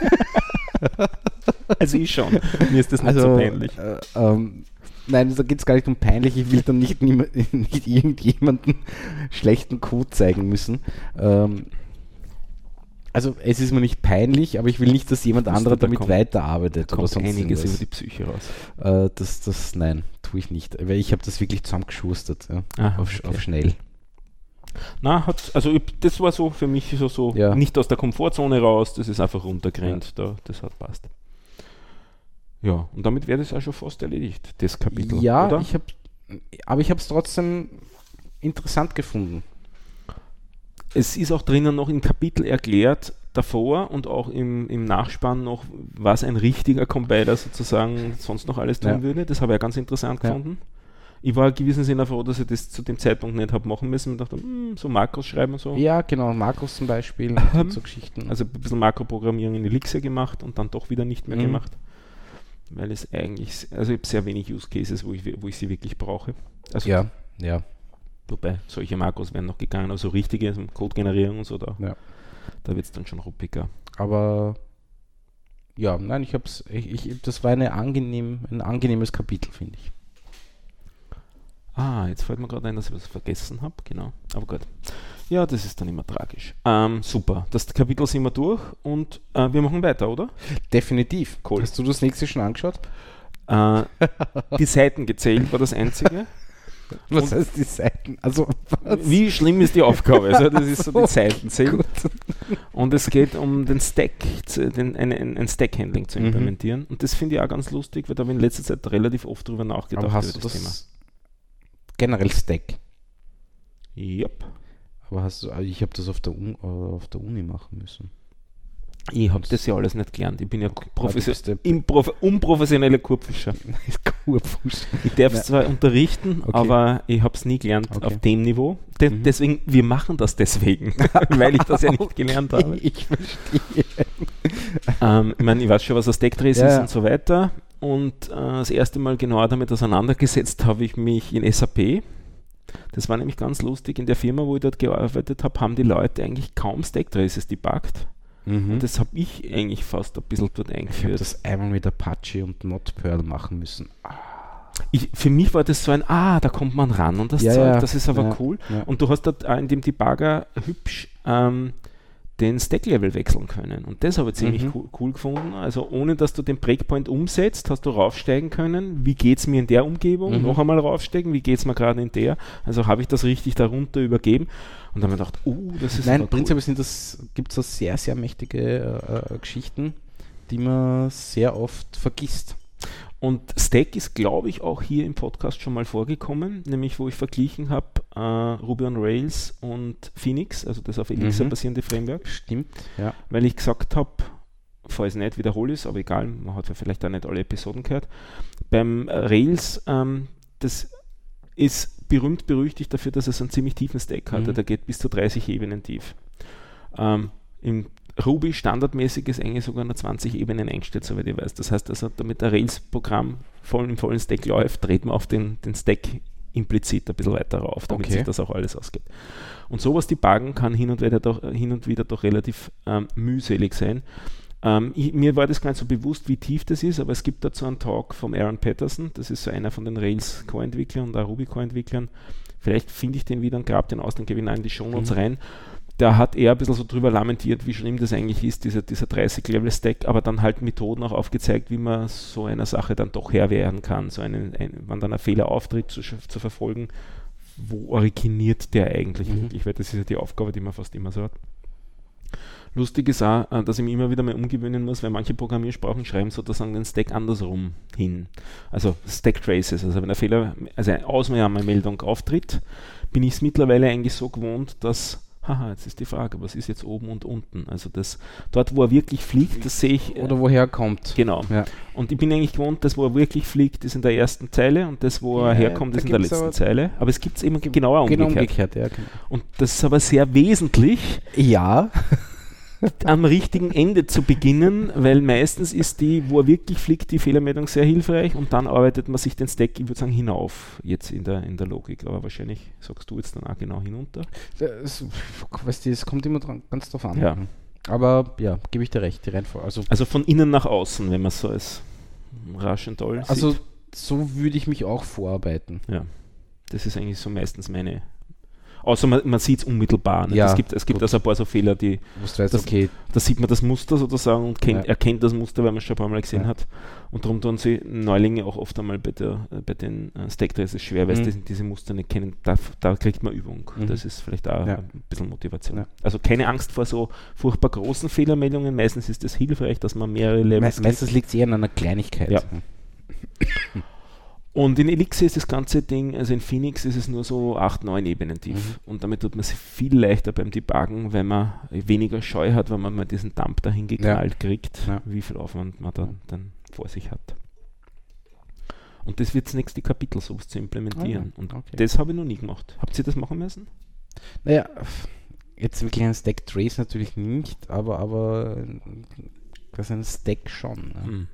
Also ich schon. Mir ist das nicht Also, so peinlich. Äh, ähm, nein, da geht es gar nicht um peinlich. Ich will dann nicht, niema- nicht irgendjemanden schlechten Code zeigen müssen. Ähm, also es ist mir nicht peinlich, aber ich will nicht, dass jemand Wusste, anderer da damit kommt- weiterarbeitet oder Kommt sonst einiges über irgendwas. die Psyche raus. Äh, das, das, nein, tue ich nicht. Weil ich habe das wirklich zusammengeschustert. Ja, Aha, auf, okay. auf schnell. Na, hat, also ich, das war so für mich so, so Ja. nicht aus der Komfortzone raus, das ist einfach runtergerannt, da, das hat passt. Ja, und damit wäre das auch schon fast erledigt, das Kapitel, Ja, oder? ich hab, aber ich habe es trotzdem interessant gefunden. Es ist auch drinnen noch im Kapitel erklärt, davor und auch im, im Nachspann noch, was ein richtiger Compiler sozusagen sonst noch alles tun Ja. würde. Das habe ich ja ganz interessant Ja. gefunden. Ich war in gewissem Sinne froh, dass ich das zu dem Zeitpunkt nicht habe machen müssen. Ich dachte, hm, so Makros schreiben und so. Ja, genau, Markus zum Beispiel, Ähm, so Geschichten. Also ein bisschen Makroprogrammierung in Elixir gemacht und dann doch wieder nicht mehr Mhm. gemacht. Weil es eigentlich, also ich habe sehr wenig Use Cases, wo ich, wo ich sie wirklich brauche. Also, ja, ja. wobei solche Makros wären noch gegangen, also richtige also Code-Generierung und so, da, Ja. da wird es dann schon ruppiger. Aber ja, nein, ich hab's, ich, ich, das war eine angenehm, ein angenehmes Kapitel, finde ich. Ah, jetzt fällt mir gerade ein, dass ich was vergessen habe, genau. Aber gut. Ja, das ist dann immer tragisch. Ähm, super, das Kapitel sind wir durch und äh, wir machen weiter, oder? Definitiv. Cool. Hast du das nächste schon angeschaut? Äh, die Seiten gezählt war das Einzige. Was Und- heißt die Seiten? Also, was? Wie schlimm ist die Aufgabe? Also das ist so die Oh Seiten zählen. Gut. Und es geht um den Stack, zu- den, ein, ein, ein Stack-Handling zu Mhm. implementieren. Und das finde ich auch ganz lustig, weil da habe ich in letzter Zeit relativ oft drüber nachgedacht. Aber hast du über das, generell Stack? Thema. Yep. Aber hast du, ich habe das auf der, Un, äh, auf der Uni machen müssen. Ich habe das ja alles nicht gelernt. Ich bin ja profession- bist du- improf- unprofessioneller Kurpfischer. Kurpfusch. Ich darf Na. es zwar unterrichten, Okay. aber ich habe es nie gelernt Okay. auf dem Niveau. De- Mhm. Deswegen, wir machen das deswegen, weil ich das ja nicht gelernt habe. Ich verstehe. Ähm, ich meine, ich weiß schon, was ein Stacktrace Ja, ist ja. und so weiter. Und äh, das erste Mal genauer damit auseinandergesetzt habe ich mich in S A P. Das war nämlich ganz lustig. In der Firma, wo ich dort gearbeitet habe, haben die Leute eigentlich kaum Stacktraces debuggt. Mhm. Und das habe ich eigentlich fast ein bisschen dort Ich habe eingeführt. das einmal mit Apache und Notperl machen müssen. Ich, für mich war das so ein, ah, da kommt man ran und das Ja, Zeug, ja. das ist aber Ja, cool. ja. Und du hast dort auch in dem Debugger hübsch ähm, den Stack-Level wechseln können. Und das habe ich ziemlich Mhm. cool, cool gefunden. Also ohne, dass du den Breakpoint umsetzt, hast du raufsteigen können. Wie geht es mir in der Umgebung? Mhm. Noch einmal raufsteigen. Wie geht es mir gerade in der? Also habe ich das richtig darunter übergeben. Und dann habe ich gedacht, oh, das ist Nein, aber cool. prinzipiell sind das, gibt es da sehr, sehr mächtige äh, äh, Geschichten, die man sehr oft vergisst. Und Stack ist, glaube ich, auch hier im Podcast schon mal vorgekommen, nämlich wo ich verglichen habe äh, Ruby on Rails und Phoenix, also das auf Elixir Mhm. basierende Framework, Stimmt, ja. weil ich gesagt habe, falls nicht, wiederhole ich es, aber egal, man hat ja vielleicht auch nicht alle Episoden gehört. Beim äh, Rails, ähm, das ist berühmt berüchtigt dafür, dass es einen ziemlich tiefen Stack hat, Mhm. der geht bis zu dreißig Ebenen tief. Ähm, Im Ruby standardmäßig ist eigentlich sogar nur zwanzig Ebenen eingestellt, soweit ich weiß. Das heißt also, damit ein Rails-Programm voll im vollen Stack läuft, dreht man auf den, den Stack implizit ein bisschen weiter rauf, damit Okay. sich das auch alles ausgeht. Und sowas debuggen kann hin und wieder doch, hin und wieder doch relativ ähm, mühselig sein. Ähm, ich, mir war das gar nicht so bewusst, wie tief das ist, aber es gibt dazu einen Talk vom Aaron Patterson, das ist so einer von den Rails-Core-Entwicklern und auch Ruby-Core-Entwicklern. Vielleicht finde ich den wieder und grabe den aus, den gebe ich in die Shownotes Mhm. rein. Da hat er ein bisschen so drüber lamentiert, wie schlimm das eigentlich ist, dieser, dieser dreißig-Level-Stack, aber dann halt Methoden auch aufgezeigt, wie man so einer Sache dann doch Herr werden kann, so einen, ein, wenn dann ein Fehler auftritt, zu, zu verfolgen, wo originiert der eigentlich Mhm. wirklich, weil das ist ja die Aufgabe, die man fast immer so hat. Lustig ist auch, äh, dass ich mich immer wieder mal umgewöhnen muss, weil manche Programmiersprachen schreiben sozusagen den Stack andersrum hin. Also Stack Traces, also wenn ein Fehler, also eine Ausnahmemeldung auftritt, bin ich es mittlerweile eigentlich so gewohnt, dass haha, jetzt ist die Frage, was ist jetzt oben und unten? Also das, dort, wo er wirklich fliegt, das sehe ich. äh, Oder woher er kommt. Genau. Ja. Und ich bin eigentlich gewohnt, das, wo er wirklich fliegt, ist in der ersten Zeile und das, wo er Ja, herkommt, da ist in der gibt's letzten aber- Zeile. Aber es gibt es eben genauer Genau umgekehrt. umgekehrt, ja. Genau. Und das ist aber sehr wesentlich, Ja. am richtigen Ende zu beginnen, weil meistens ist die, wo er wirklich fliegt, die Fehlermeldung sehr hilfreich und dann arbeitet man sich den Stack, ich würde sagen, hinauf, jetzt in der, in der Logik, aber wahrscheinlich sagst du jetzt dann auch genau hinunter. Das, weißt du, es kommt immer dran, ganz drauf an. Ja. Aber ja, gebe ich dir recht, die Reihenfolge. Also, also von innen nach außen, wenn man es so als rasch und toll also sieht. so würde ich mich auch vorarbeiten. Ja, das ist eigentlich so meistens meine... Außer man, man sieht es unmittelbar. Ne? Ja, es gibt, es gibt also ein paar so Fehler, die... Wusst du jetzt, das, okay. Da sieht man das Muster sozusagen und kennt, Ja. erkennt das Muster, weil man es schon ein paar Mal gesehen Ja. hat. Und darum tun sie Neulinge auch oft einmal bei, der, bei den äh, Stacktraces schwer, weil Mhm. sie das- diese Muster nicht kennen. Da, da kriegt man Übung. Mhm. Das ist vielleicht auch Ja. ein bisschen Motivation. Ja. Also keine Angst vor so furchtbar großen Fehlermeldungen. Meistens ist es hilfreich, dass man mehrere Me Levels meistens liegt es eher an einer Kleinigkeit. Ja. Und in Elixir ist das ganze Ding, also in Phoenix ist es nur so acht, neun Ebenen tief. Mhm. Und damit tut man sich viel leichter beim Debuggen, weil man weniger Scheu hat, wenn man mal diesen Dump dahin geknallt kriegt, Ja. wie viel Aufwand man dann, dann vor sich hat. Und das wird das nächste Kapitel, sowas zu implementieren. Ah, Und okay. das habe ich noch nie gemacht. Habt ihr das machen müssen? Naja, jetzt wirklich ein Stack Trace natürlich nicht, aber, aber das ist ein Stack schon. Ne? Hm.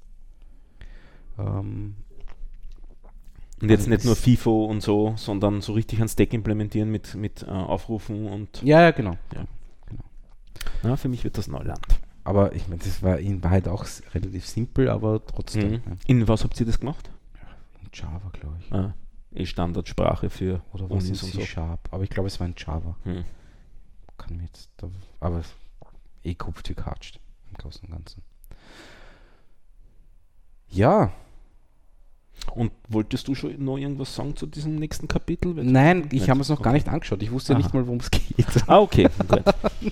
Ähm, Und jetzt Also nicht das- nur FIFO und so, sondern so richtig ein Stack implementieren mit, mit äh, Aufrufen und ja, ja, genau. Ja. genau. na, für mich wird das Neuland. Aber ich meine, das war in Wahrheit auch s- relativ simpel, aber trotzdem. Mhm. Ja. In was habt ihr das gemacht? In Java, glaube ich. Ah, eh Standardsprache für Oder was in Unis und so. C-Sharp. Aber ich glaube, es war in Java. Hm. Kann mir jetzt. Da, aber es- eh Kopf gekatscht. Im Großen und Ganzen. Ja. Und wolltest du schon noch irgendwas sagen zu diesem nächsten Kapitel? Weil- Nein, ich Nicht. habe es noch gar Okay. nicht angeschaut. Ich wusste Aha. nicht mal, worum es geht. Ah, okay. Gut.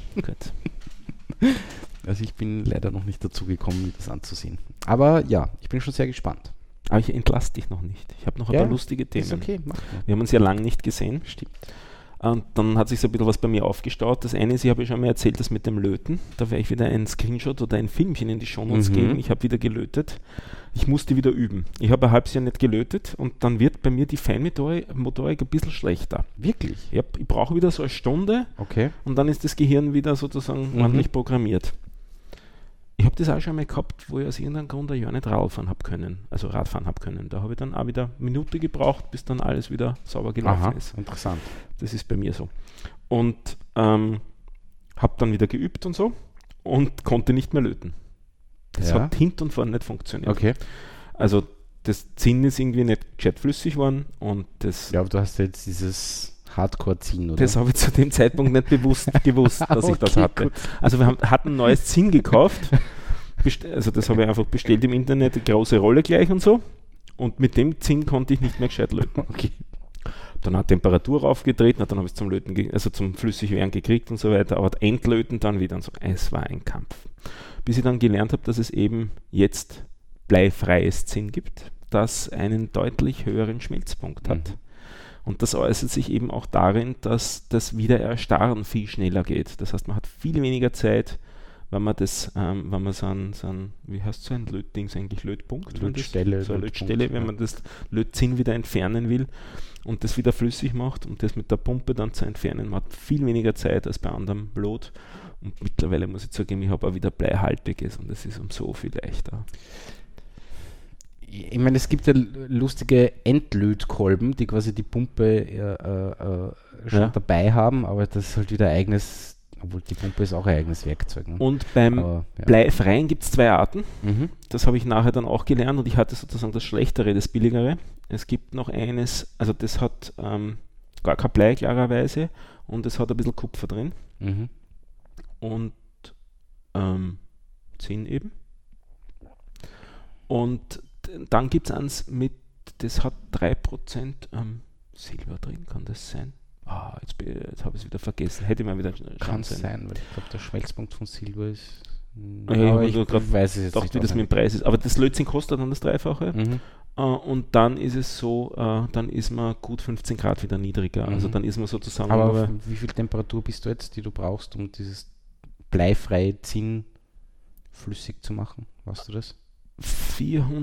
Gut. Also ich bin leider noch nicht dazu gekommen, mir das anzusehen. Aber ja, ich bin schon sehr gespannt. Aber ich entlasse dich noch nicht. Ich habe noch ein Ja, paar lustige Themen. Ist okay, mach mal. Wir haben uns ja lange nicht gesehen. Stimmt. Und dann hat sich so ein bisschen was bei mir aufgestaut. Das eine ist, ich habe ja schon mal erzählt, das mit dem Löten. Da werde ich wieder ein Screenshot oder ein Filmchen in die Shownotes Mhm. geben. Ich habe wieder gelötet. Ich musste wieder üben. Ich habe ein halbes Jahr nicht gelötet und dann wird bei mir die Feinmotorik ein bisschen schlechter. Wirklich? Ich, hab, ich brauche wieder so eine Stunde Okay. und dann ist das Gehirn wieder sozusagen Mhm. ordentlich programmiert. Ich habe das auch schon mal gehabt, wo ich aus irgendeinem Grund ein Jahr nicht Radfahren habe können, also Radfahren habe können. Da habe ich dann auch wieder eine Minute gebraucht, bis dann alles wieder sauber gelaufen Aha, ist. interessant. Das ist bei mir so. Und ähm, habe dann wieder geübt und so und konnte nicht mehr löten. Das Ja. hat hinten und vorne nicht funktioniert. Okay. Also das Zinn ist irgendwie nicht gescheit flüssig geworden und das, Ja, aber du hast jetzt dieses Hardcore-Ziehen, oder? das habe ich zu dem Zeitpunkt nicht bewusst gewusst, dass ich das Okay, hatte. gut. Also wir haben, hatten ein neues Zinn gekauft. Best- also das habe ich einfach bestellt im Internet, eine große Rolle gleich und so. Und mit dem Zinn konnte ich nicht mehr gescheit löten. Okay. Dann hat Temperatur aufgetreten, dann habe ich es zum Löten, ge- also zum Flüssigwerden gekriegt und so weiter, aber Entlöten dann wieder und so. Es war ein Kampf. Bis ich dann gelernt habe, dass es eben jetzt bleifreies Zinn gibt, das einen deutlich höheren Schmelzpunkt hat. Mhm. Und das äußert sich eben auch darin, dass das Wiedererstarren viel schneller geht. Das heißt, man hat viel weniger Zeit, wenn man das, ähm, wenn man so ein, so ein, wie heißt so ein Lötdings eigentlich, Lötpunkt? wenn das- Lötstelle, So eine Lötpunkt, Lötstelle, wenn ja. man das Lötzinn wieder entfernen will und das wieder flüssig macht und das mit der Pumpe dann zu entfernen. Man hat viel weniger Zeit als bei anderem Lot. Und mittlerweile muss ich zugeben, ich habe auch wieder bleihaltiges und das ist um so viel leichter. Ich meine, es gibt ja lustige Entlötkolben, die quasi die Pumpe äh, äh, schon Ja. dabei haben, aber das ist halt wieder eigenes, obwohl die Pumpe ist auch ein eigenes Werkzeug. Ne? Und beim Aber, ja. Bleifreien gibt es zwei Arten. Mhm. Das habe ich nachher dann auch gelernt und ich hatte sozusagen das Schlechtere, das Billigere. Es gibt noch eines, also das hat ähm, gar kein Blei klarerweise und es hat ein bisschen Kupfer drin Mhm. und ähm, Zinn eben. Und d- dann gibt es eins mit, das hat drei Prozent ähm, Silber drin, kann das sein? Ah, jetzt, bin ich- jetzt habe ich es wieder vergessen. Hätte ich mal wieder schauen Kann sollen. sein, weil ich glaube, der Schmelzpunkt von Silber ist. Ja, ich aber hab ich nur grad weiß es jetzt Doch, nicht. wie das mit dem Preis ist. Aber das Lötzinn kostet dann das Dreifache. Mhm. Äh, und dann ist es so, äh, dann ist man gut fünfzehn Grad wieder niedriger. Also Mhm. dann ist man sozusagen Aber nur auf wie viel Temperatur bist du jetzt, die du brauchst, um dieses bleifreie Zinn flüssig zu machen? Weißt du das?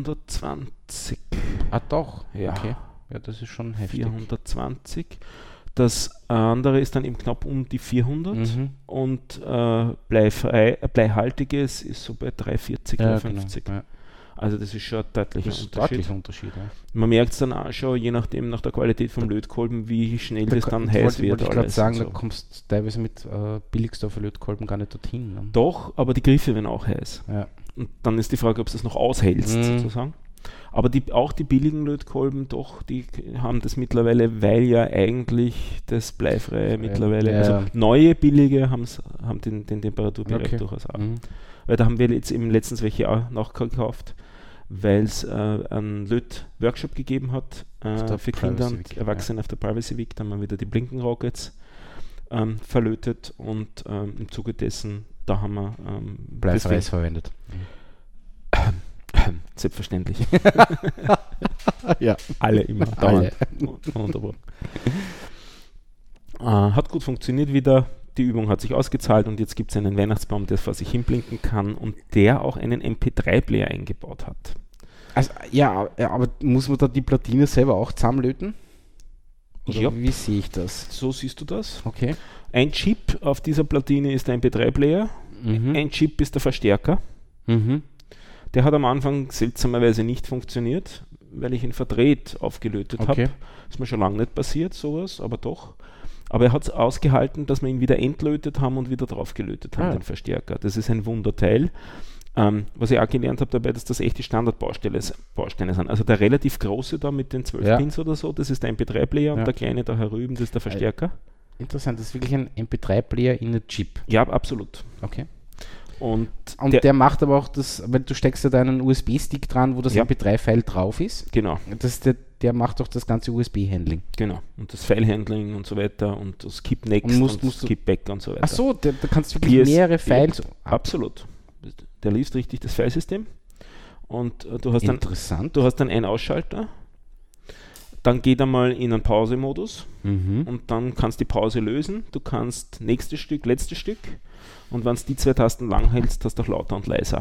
vierhundertzwanzig. Ah, doch. Ja. Okay. Ja, das ist schon heftig. vierhundertzwanzig. Das andere ist dann eben knapp um die vierhundert Mhm. und äh, bleifrei, äh, bleihaltiges ist so bei dreihundertvierzig, Ja, dreihundertfünfzig. genau. Ja. Also das ist schon ein deutlicher Das ist ein Unterschied. deutlicher Unterschied. Ja. Man merkt es dann auch schon, je nachdem nach der Qualität vom Lötkolben, wie schnell das dann Da heiß wollte, wird. wollte ich gerade alles sagen, und da so. kommst du teilweise mit äh, Billigstoffer Lötkolben gar nicht dorthin. Ne? Doch, aber die Griffe werden auch heiß. Ja. Und dann ist die Frage, ob du es noch aushältst, Mhm. sozusagen. Aber die, auch die billigen Lötkolben, doch, die haben das mittlerweile, weil ja eigentlich das bleifreie mittlerweile, ja, also ja. neue billige haben's, haben den, den Temperaturbereich Okay. durchaus auch. Mhm. Weil da haben wir jetzt eben letztens welche auch nachgekauft, weil es äh, einen Löt-Workshop gegeben hat Auf äh, der für Privacy Kinder und Week, Erwachsene auf der Privacy Week. Da haben wir wieder die Blinken Rockets ähm, verlötet und ähm, im Zuge dessen, da haben wir ähm, Bleifreies verwendet. deswegen- selbstverständlich. Ja. Alle immer. Alle. dauernd. Wunderbar. Äh, hat gut funktioniert wieder. Die Übung hat sich ausgezahlt und jetzt gibt es einen Weihnachtsbaum, der vor sich hinblinken kann und der auch einen M P drei Player eingebaut hat. Also, ja, ja, aber muss man da die Platine selber auch zusammenlöten? Oder Ja. wie sehe ich das? So siehst du das. Okay. Ein Chip auf dieser Platine ist der M P drei Player. Mhm. Ein Chip ist der Verstärker. Mhm. Der hat am Anfang seltsamerweise nicht funktioniert, weil ich ihn verdreht aufgelötet Okay. habe. Ist mir schon lange nicht passiert, sowas, aber doch. Aber er hat es ausgehalten, dass wir ihn wieder entlötet haben und wieder draufgelötet haben, Ah. den Verstärker. Das ist ein Wunderteil. Ähm, was ich auch gelernt habe dabei, dass das echte Standardbausteine Bausteine sind. Also der relativ große da mit den zwölf Ja. Pins oder so, das ist der M P drei Player und Ja. der kleine da herüben, das ist der Verstärker. Interessant, das ist wirklich ein M P drei Player in der Chip. Ja, absolut. Okay. Und, Und der, macht aber auch das, weil du steckst ja da einen U S B-Stick dran, wo das Ja. M P drei File drauf ist. genau. Das, der, der macht auch das ganze U S B-Handling. Genau. Und das File-Handling und so weiter und das Skip Next Und musst- und musst du- Skip Back und so weiter. Ach so, der, da kannst du wirklich P S mehrere Files. Absolut. Der liest richtig das Filesystem und äh, du, hast dann, Interessant. du hast dann einen Ausschalter, dann geht einmal in einen Pause-Modus Mhm. und dann kannst du die Pause lösen. Du kannst nächstes Stück, letztes Stück und wenn du die zwei Tasten lang hältst, hast du auch lauter und leiser.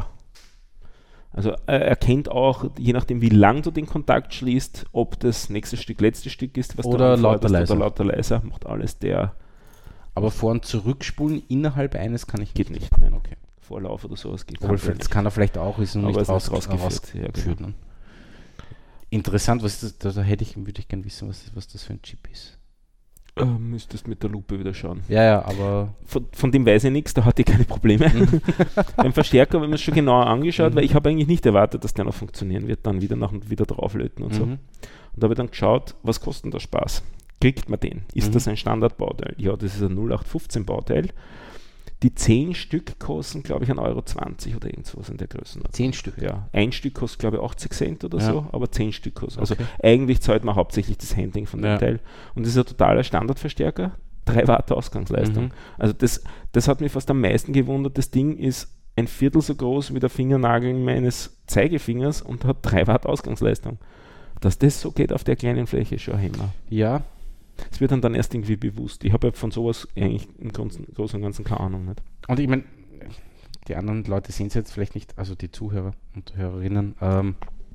Also er erkennt auch, je nachdem wie lang du den Kontakt schließt, ob das nächste Stück letztes Stück ist, was Oder du lauter anforderst, leiser. oder lauter leiser, macht alles der, Aber vor- und zurückspulen innerhalb eines kann ich geht nicht, nein. Okay. Vorlauf oder sowas geht Obwohl, komplett das kann er vielleicht auch, ist noch Aber nicht es ist raus, rausgeführt, rausgeführt. ja, genau. Ne? Interessant, was ist das, da, da hätte ich, würde ich gerne wissen, was, was das für ein Chip ist. Äh, müsstest mit der Lupe wieder schauen. Ja, ja, aber Von, von dem weiß ich nichts, da hatte ich keine Probleme. Beim Verstärker haben wir es schon genauer angeschaut, Mhm. weil ich habe eigentlich nicht erwartet, dass der noch funktionieren wird, dann wieder nach und wieder drauflöten und so. Mhm. Und da habe ich dann geschaut, was kostet denn der Spaß? Kriegt man den? Ist Mhm. das ein Standardbauteil? Ja, das ist ein null acht fünfzehn Bauteil. Die zehn Stück kosten, glaube ich, ein Euro zwanzig oder irgend sowas in der Größenordnung. zehn Stück. Ja, ein Stück kostet, glaube ich, achtzig Cent oder Ja. so, aber zehn Stück kostet. Also Okay. eigentlich zahlt man hauptsächlich das Handling von dem Ja. Teil. Und das ist ein totaler Standardverstärker, drei Watt Ausgangsleistung. Mhm. Also das, das hat mich fast am meisten gewundert. Das Ding ist ein Viertel so groß wie der Fingernagel meines Zeigefingers und hat drei Watt Ausgangsleistung. Dass das so geht auf der kleinen Fläche, ist schon ein Hammer. Ja, Das wird dann, dann erst irgendwie bewusst. Ich habe ja von sowas eigentlich im Großen, Großen und Ganzen keine Ahnung. Nicht? und ich meine, die anderen Leute sehen es jetzt vielleicht nicht, also die Zuhörer und Hörerinnen. Ähm,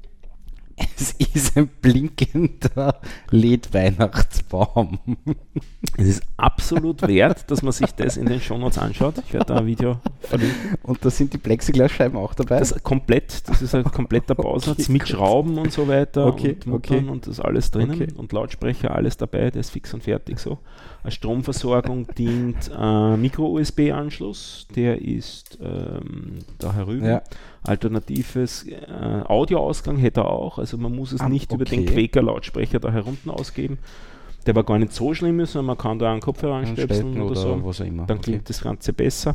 es ist ein blinkender L E D-Weihnachtsbaum. Es ist absolut wert, dass man sich das in den Shownotes anschaut. Ich werde da ein Video verlinken. Und da sind die Plexiglasscheiben auch dabei. Das ist komplett, das ist ein kompletter Bausatz Okay, mit gut. Schrauben und so weiter Okay, und Muttern okay. und das alles drinnen Okay. und Lautsprecher, alles dabei, der ist fix und fertig so. Als Stromversorgung dient äh, Micro-U S B-Anschluss, der ist ähm, da herüben. Ja. Alternatives äh, Audioausgang hätte er auch, also man muss es Ah, nicht über den okay. Quaker-Lautsprecher da herunten ausgeben. Der war gar nicht so schlimm, sondern man kann da einen Kopfhörer anstöpseln Anstecken oder, so. was auch immer. Dann Okay. klingt das Ganze besser.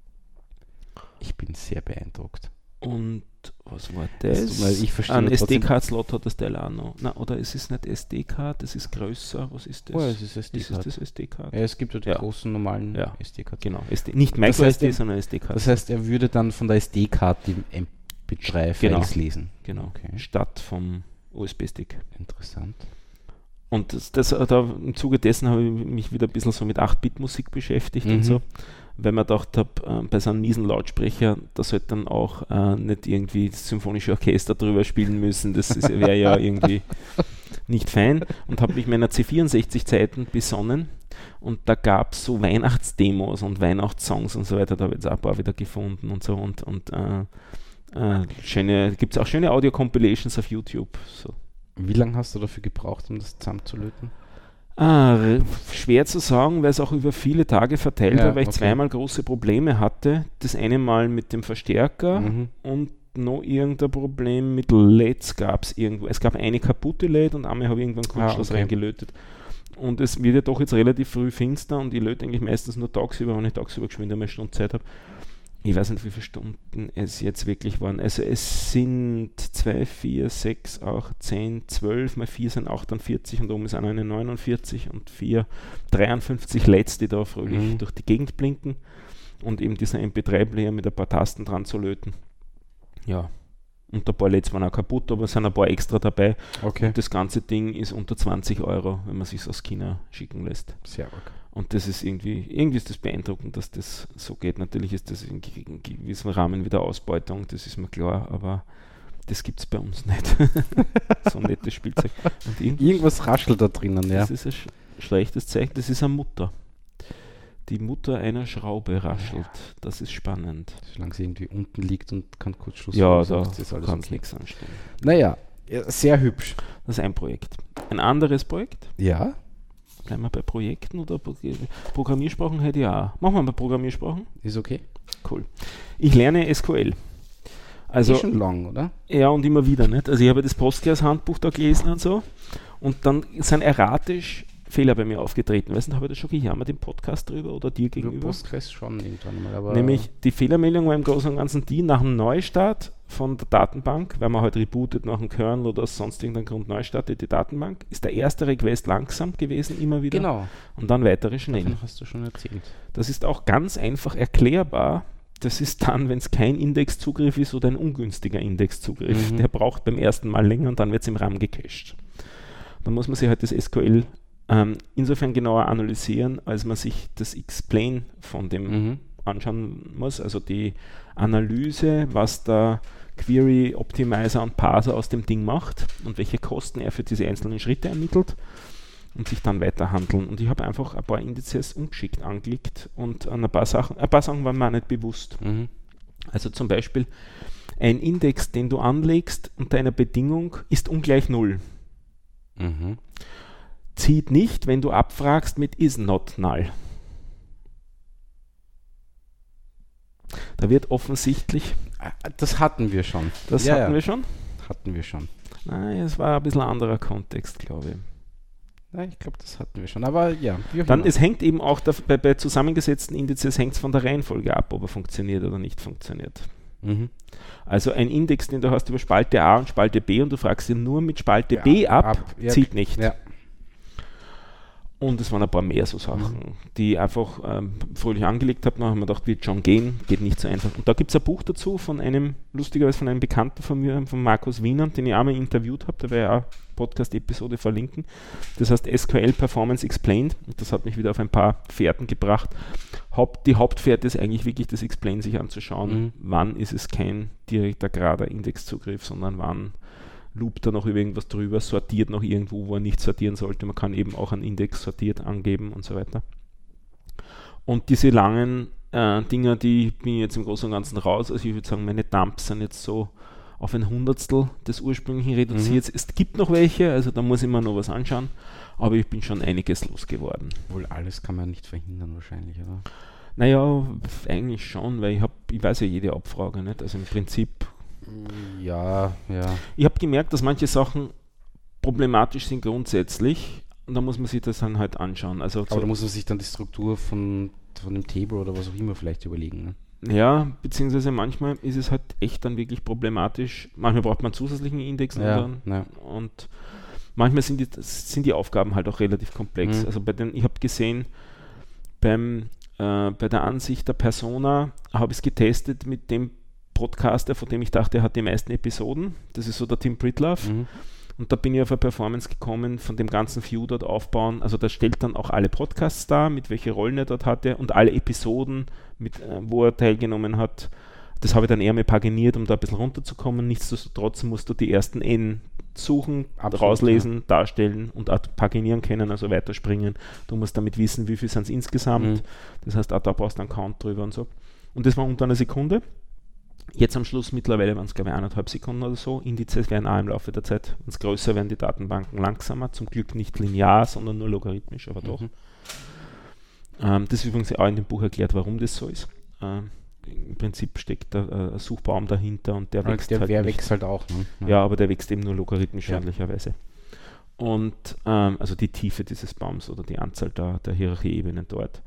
Ich bin sehr beeindruckt. Und was war Es das? tut mir leid, ich verstehe Ein trotzdem- S D-Card-Slot hat das Teil auch noch. Na, oder ist es nicht S D-Card? Das ist größer. Was ist das? Oh, es ist ist es S D-Card. das S D-Card? Ja, es gibt ja die Ja. großen normalen Ja. S D-Karten. Genau. S D, nicht Das Micro heißt, S D, er- sondern S D-Card. Das heißt, er würde dann von der S D-Karte die M P drei Files Genau. lesen. genau. Okay. Statt vom U S B-Stick. Interessant. Und das, das, da, im Zuge dessen habe ich mich wieder ein bisschen so mit acht Bit Musik beschäftigt Mhm. und so, weil man gedacht habe, äh, bei so einem miesen Lautsprecher, da sollte dann auch äh, nicht irgendwie das symphonische Orchester drüber spielen müssen, das wäre ja irgendwie nicht fein und habe mich meiner C vierundsechzig-Zeiten besonnen und da gab es so Weihnachtsdemos und Weihnachtssongs und so weiter, da habe ich jetzt auch ein paar wieder gefunden und so und, und äh, äh, schöne, gibt es auch schöne Audio-Compilations auf YouTube. So. Wie lange hast du dafür gebraucht, um das zusammenzulöten? Ah, schwer zu sagen, weil es auch über viele Tage verteilt Ja, war, weil ich okay. zweimal große Probleme hatte. Das eine Mal mit dem Verstärker Mhm. und noch irgendein Problem mit L E Ds gab es irgendwo. Es gab eine kaputte L E D und einmal habe ich irgendwann Kurzschluss Ah, okay. reingelötet. Und es wird ja doch jetzt relativ früh finster und ich löte eigentlich meistens nur tagsüber, wenn ich tagsüber geschwind einmal eine Stunde Zeit habe. Ich weiß nicht, wie viele Stunden es jetzt wirklich waren. Also es sind zwei, vier, sechs, acht, zehn, zwölf, mal vier sind achtundvierzig und oben ist auch noch eine neunundvierzig und vier, dreiundfünfzig L E Ds, die da fröhlich Mhm. durch die Gegend blinken und eben dieser M P drei Player mit ein paar Tasten dran zu löten. Ja, und ein paar L E Ds waren auch kaputt, aber es sind ein paar extra dabei. Okay. Und das ganze Ding ist unter zwanzig Euro, wenn man sich aus China schicken lässt. Sehr gut. Und das ist irgendwie, irgendwie ist das beeindruckend, dass das so geht. Natürlich ist das in ge- in gewissem Rahmen wieder Ausbeutung, das ist mir klar, aber das gibt es bei uns nicht. So ein nettes Spielzeug. Und irgendwie, Irgendwas raschelt da drinnen, ja. das ist ein sch schlechtes Zeichen, das ist eine Mutter. Die Mutter einer Schraube raschelt. Das ist spannend. Solange sie irgendwie unten liegt und kein Kurzschluss Ja, da verursacht, ist alles kann es okay. nichts anstellen. Naja, ja, sehr hübsch. Das ist ein Projekt. Ein anderes Projekt? Ja, Bleiben wir bei Projekten oder Pro Programmiersprachen hätte ich auch. Machen wir mal Programmiersprachen. ist okay. Cool. Ich lerne S Q L. Also, ist schon lang, oder? ja, und immer wieder, nicht? Also ich habe das Postgres-Handbuch da gelesen und so und dann sind erratisch Fehler bei mir aufgetreten. Weißt du, habe ich das schon gejammert im Podcast drüber oder dir Über gegenüber? Postgres schon irgendwann mal, aber... Nämlich die Fehlermeldung war im Großen und Ganzen die, nach dem Neustart von der Datenbank, weil man halt rebootet nach dem Kernel oder aus sonst irgendeinem Grund neu startet die Datenbank, ist der erste Request langsam gewesen, immer wieder. Genau, Und dann weitere schnell. davon hast du schon erzählt. Das ist auch ganz einfach erklärbar. Das ist dann, wenn es kein Indexzugriff ist oder ein ungünstiger Indexzugriff. Mhm. Der braucht beim ersten Mal länger und dann wird es im RAM gecached. Dann muss man sich halt das S Q L ähm, insofern genauer analysieren, als man sich das Explain von dem Mhm. anschauen muss. Also die Analyse, was der Query Optimizer und Parser aus dem Ding macht und welche Kosten er für diese einzelnen Schritte ermittelt und sich dann weiterhandeln. Und ich habe einfach ein paar Indizes ungeschickt angelegt und an ein paar Sachen, ein paar Sachen waren mir auch nicht bewusst. Mhm. Also zum Beispiel ein Index, den du anlegst unter einer Bedingung, ist ungleich null. Mhm. Zieht nicht, wenn du abfragst mit is not null. Da wird offensichtlich, Ah, das hatten wir schon. das Ja, hatten ja. wir schon. Hatten wir schon. Nein, es war ein bisschen ein anderer Kontext, glaube ich. Ja, ich glaube, das hatten wir schon. Aber ja, wie auch Dann, immer. es hängt eben auch, der, bei, bei zusammengesetzten Indizes hängt es von der Reihenfolge ab, ob er funktioniert oder nicht funktioniert. Mhm. Also ein Index, den du hast über Spalte A und Spalte B und du fragst ihn nur mit Spalte Ja, B ab, ab. Ja, zieht nicht. Ja. Und es waren ein paar mehr so Sachen, die ich einfach ähm, fröhlich angelegt habe. Dann haben wir gedacht, wird schon gehen, geht nicht so einfach. Und da gibt es ein Buch dazu von einem, lustigerweise von einem Bekannten von mir, von Markus Wiener, den ich einmal interviewt habe, da werde ich auch eine Podcast-Episode verlinken. Das heißt S Q L Performance Explained. Und das hat mich wieder auf ein paar Fährten gebracht. Haupt, die Hauptfährte ist eigentlich wirklich das Explain sich anzuschauen. Mhm. Wann ist es kein direkter, gerader Indexzugriff, sondern wann loopt er noch über irgendwas drüber, sortiert noch irgendwo, wo er nicht sortieren sollte. Man kann eben auch einen Index sortiert angeben und so weiter. Und diese langen äh, Dinger, die bin ich jetzt im Großen und Ganzen raus. Also ich würde sagen, meine Dumps sind jetzt so auf ein Hundertstel des ursprünglichen reduziert. Mhm. Es gibt noch welche, also da muss ich mir noch was anschauen, aber ich bin schon einiges losgeworden. Wohl alles kann man nicht verhindern wahrscheinlich, oder? Naja, eigentlich schon, weil ich habe, ich weiß ja jede Abfrage nicht, also im Prinzip Ja, ja. ich habe gemerkt, dass manche Sachen problematisch sind grundsätzlich und da muss man sich das dann halt anschauen. Also Aber so, da muss man sich dann die Struktur von, von dem Table oder was auch immer vielleicht überlegen. Ne? ja, beziehungsweise manchmal ist es halt echt dann wirklich problematisch. Manchmal braucht man zusätzlichen Index und, Ja, dann, ja. und manchmal sind die, sind die Aufgaben halt auch relativ komplex. Mhm. Also bei den, ich habe gesehen, beim, äh, bei der Ansicht der Persona habe ich es getestet mit dem Podcaster, von dem ich dachte, er hat die meisten Episoden. Das ist so der Tim Pritlove. Mhm. Und da bin ich auf eine Performance gekommen, von dem ganzen View dort aufbauen. Also da stellt dann auch alle Podcasts dar, mit welchen Rollen er dort hatte und alle Episoden, mit, äh, wo er teilgenommen hat, Das habe ich dann eher mal paginiert, um da ein bisschen runterzukommen. Nichtsdestotrotz musst du die ersten N suchen, Absolut, rauslesen, ja. darstellen und auch paginieren können, also weiterspringen. Du musst damit wissen, wie viel sind es insgesamt. Mhm. Das heißt, auch da brauchst du einen Count drüber und so. Und das war unter einer Sekunde. Jetzt am Schluss mittlerweile waren es, glaube ich, eineinhalb Sekunden oder so. Indizes werden auch im Laufe der Zeit, wenn es größer werden, die Datenbanken langsamer. Zum Glück nicht linear, sondern nur logarithmisch, aber doch. Mhm. Ähm, das ist übrigens auch in dem Buch erklärt, warum das so ist. Ähm, Im Prinzip steckt da äh, ein Suchbaum dahinter und der wächst der halt der nicht. wächst halt auch. Ne? Ja, aber der wächst eben nur logarithmisch Ja. freundlicherweise. Und ähm, also die Tiefe dieses Baums oder die Anzahl der, der Hierarchieebenen dort.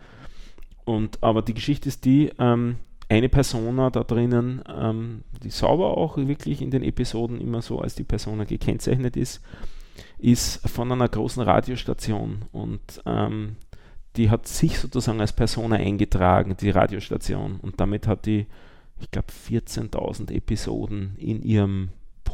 Und aber die Geschichte ist die, ähm, eine Persona da drinnen, ähm, die sauber auch wirklich in den Episoden immer so als die Persona gekennzeichnet ist, ist von einer großen Radiostation und ähm, die hat sich sozusagen als Persona eingetragen, die Radiostation, und damit hat die, ich glaube, vierzehntausend Episoden in ihrem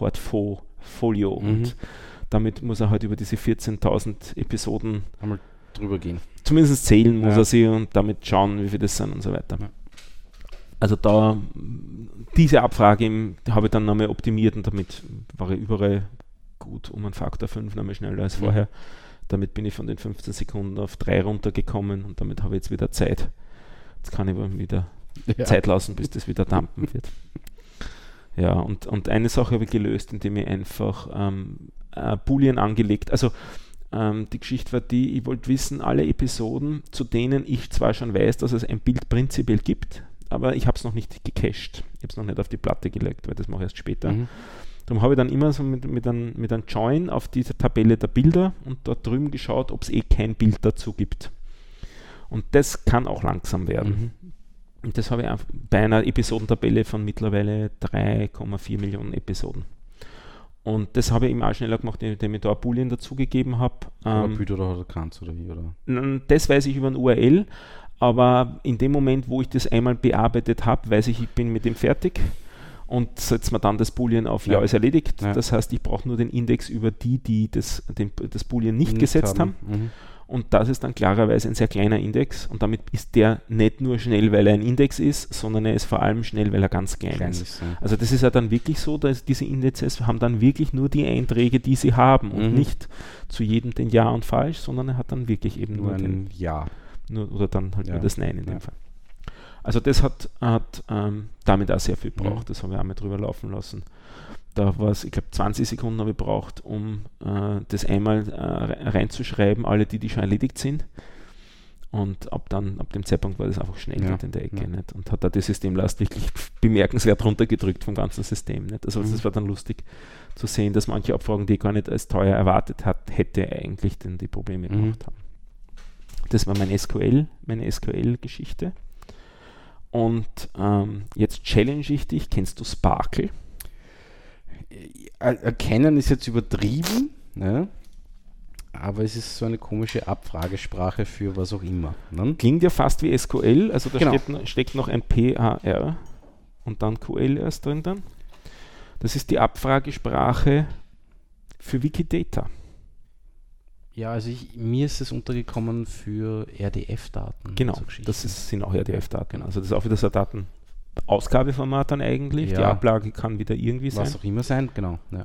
Portfolio Mhm. und damit muss er halt über diese vierzehntausend Episoden Einmal drüber gehen. zumindest zählen muss Ja. er sie und damit schauen, wie viel das sind und so weiter. Ja. Also da, diese Abfrage im- die habe ich dann nochmal optimiert und damit war ich überall gut um einen Faktor fünf nochmal schneller als Mhm. vorher. Damit bin ich von den fünfzehn Sekunden auf drei runtergekommen und damit habe ich jetzt wieder Zeit. Jetzt kann ich aber wieder Ja. Zeit lassen, bis das wieder dampen wird. Ja, und, und eine Sache habe ich gelöst, indem ich einfach ähm, äh, Boolean angelegt, also ähm, die Geschichte war die, ich wollte wissen, alle Episoden, zu denen ich zwar schon weiß, dass es ein Bild prinzipiell gibt, aber ich habe es noch nicht gecached. Ich habe es noch nicht auf die Platte gelegt, weil das mache ich erst später. Mhm. Darum habe ich dann immer so mit, mit einem mit einem Join auf diese Tabelle der Bilder und dort drüben geschaut, ob es eh kein Bild dazu gibt. Und das kann auch langsam werden. Mhm. Und das habe ich einfach bei einer Episodentabelle von mittlerweile drei Komma vier Millionen Episoden. Und das habe ich eben auch schneller gemacht, indem ich da ein Boolean dazugegeben habe. Oder Ähm, Bild oder kannst oder wie? Oder? n- das weiß ich über ein U R L, aber in dem Moment, wo ich das einmal bearbeitet habe, weiß ich, ich bin mit dem fertig und setze mir dann das Boolean auf Ja, Ja. ist erledigt. Ja. Das heißt, ich brauche nur den Index über die, die das, den, das Boolean nicht gesetzt haben. Mhm. Und das ist dann klarerweise ein sehr kleiner Index und damit ist der nicht nur schnell, weil er ein Index ist, sondern er ist vor allem schnell, weil er ganz klein Klein ist. ist, ja. Also das ist ja dann wirklich so, dass diese Indizes haben dann wirklich nur die Einträge, die sie haben und Mhm. nicht zu jedem den Ja und Falsch, sondern er hat dann wirklich eben nur, Nur den, ein Ja. nur oder dann halt Ja. nur das Nein in dem Ja. Fall. Also das hat, hat ähm, damit auch sehr viel gebraucht, Mhm. das habe ich auch mal drüber laufen lassen. Da war es, ich glaube, zwanzig Sekunden habe ich gebraucht, um äh, das einmal äh, reinzuschreiben, alle die, die schon erledigt sind. Und ab dann, ab dem Zeitpunkt war das einfach schnell Ja, nicht in der Ecke. ja. Nicht? Und hat da die Systemlast wirklich bemerkenswert runtergedrückt vom ganzen System. Nicht? Also Mhm. das war dann lustig zu sehen, dass manche Abfragen, die ich gar nicht als teuer erwartet hat, hätte eigentlich denn die Probleme Mhm. gemacht haben. Das war mein S Q L, meine S Q L-Geschichte. Und ähm, jetzt challenge ich dich, kennst du Sparkle? Er- Erkennen ist jetzt übertrieben, ne? Aber es ist so eine komische Abfragesprache für was auch immer. Ne? Klingt ja fast wie S Q L, also da Genau. steht, noch- steckt noch ein P A R und dann Q L erst drin dann. Das ist die Abfragesprache für Wikidata. Ja, also ich, mir ist es untergekommen für R D F-Daten. Genau, so Geschichten. das ist, sind auch R D F-Daten. Also das ist auch wieder so ein Datenausgabeformat dann eigentlich. Die Ja. Ablage kann wieder irgendwie sein. was auch immer sein, genau. Ja.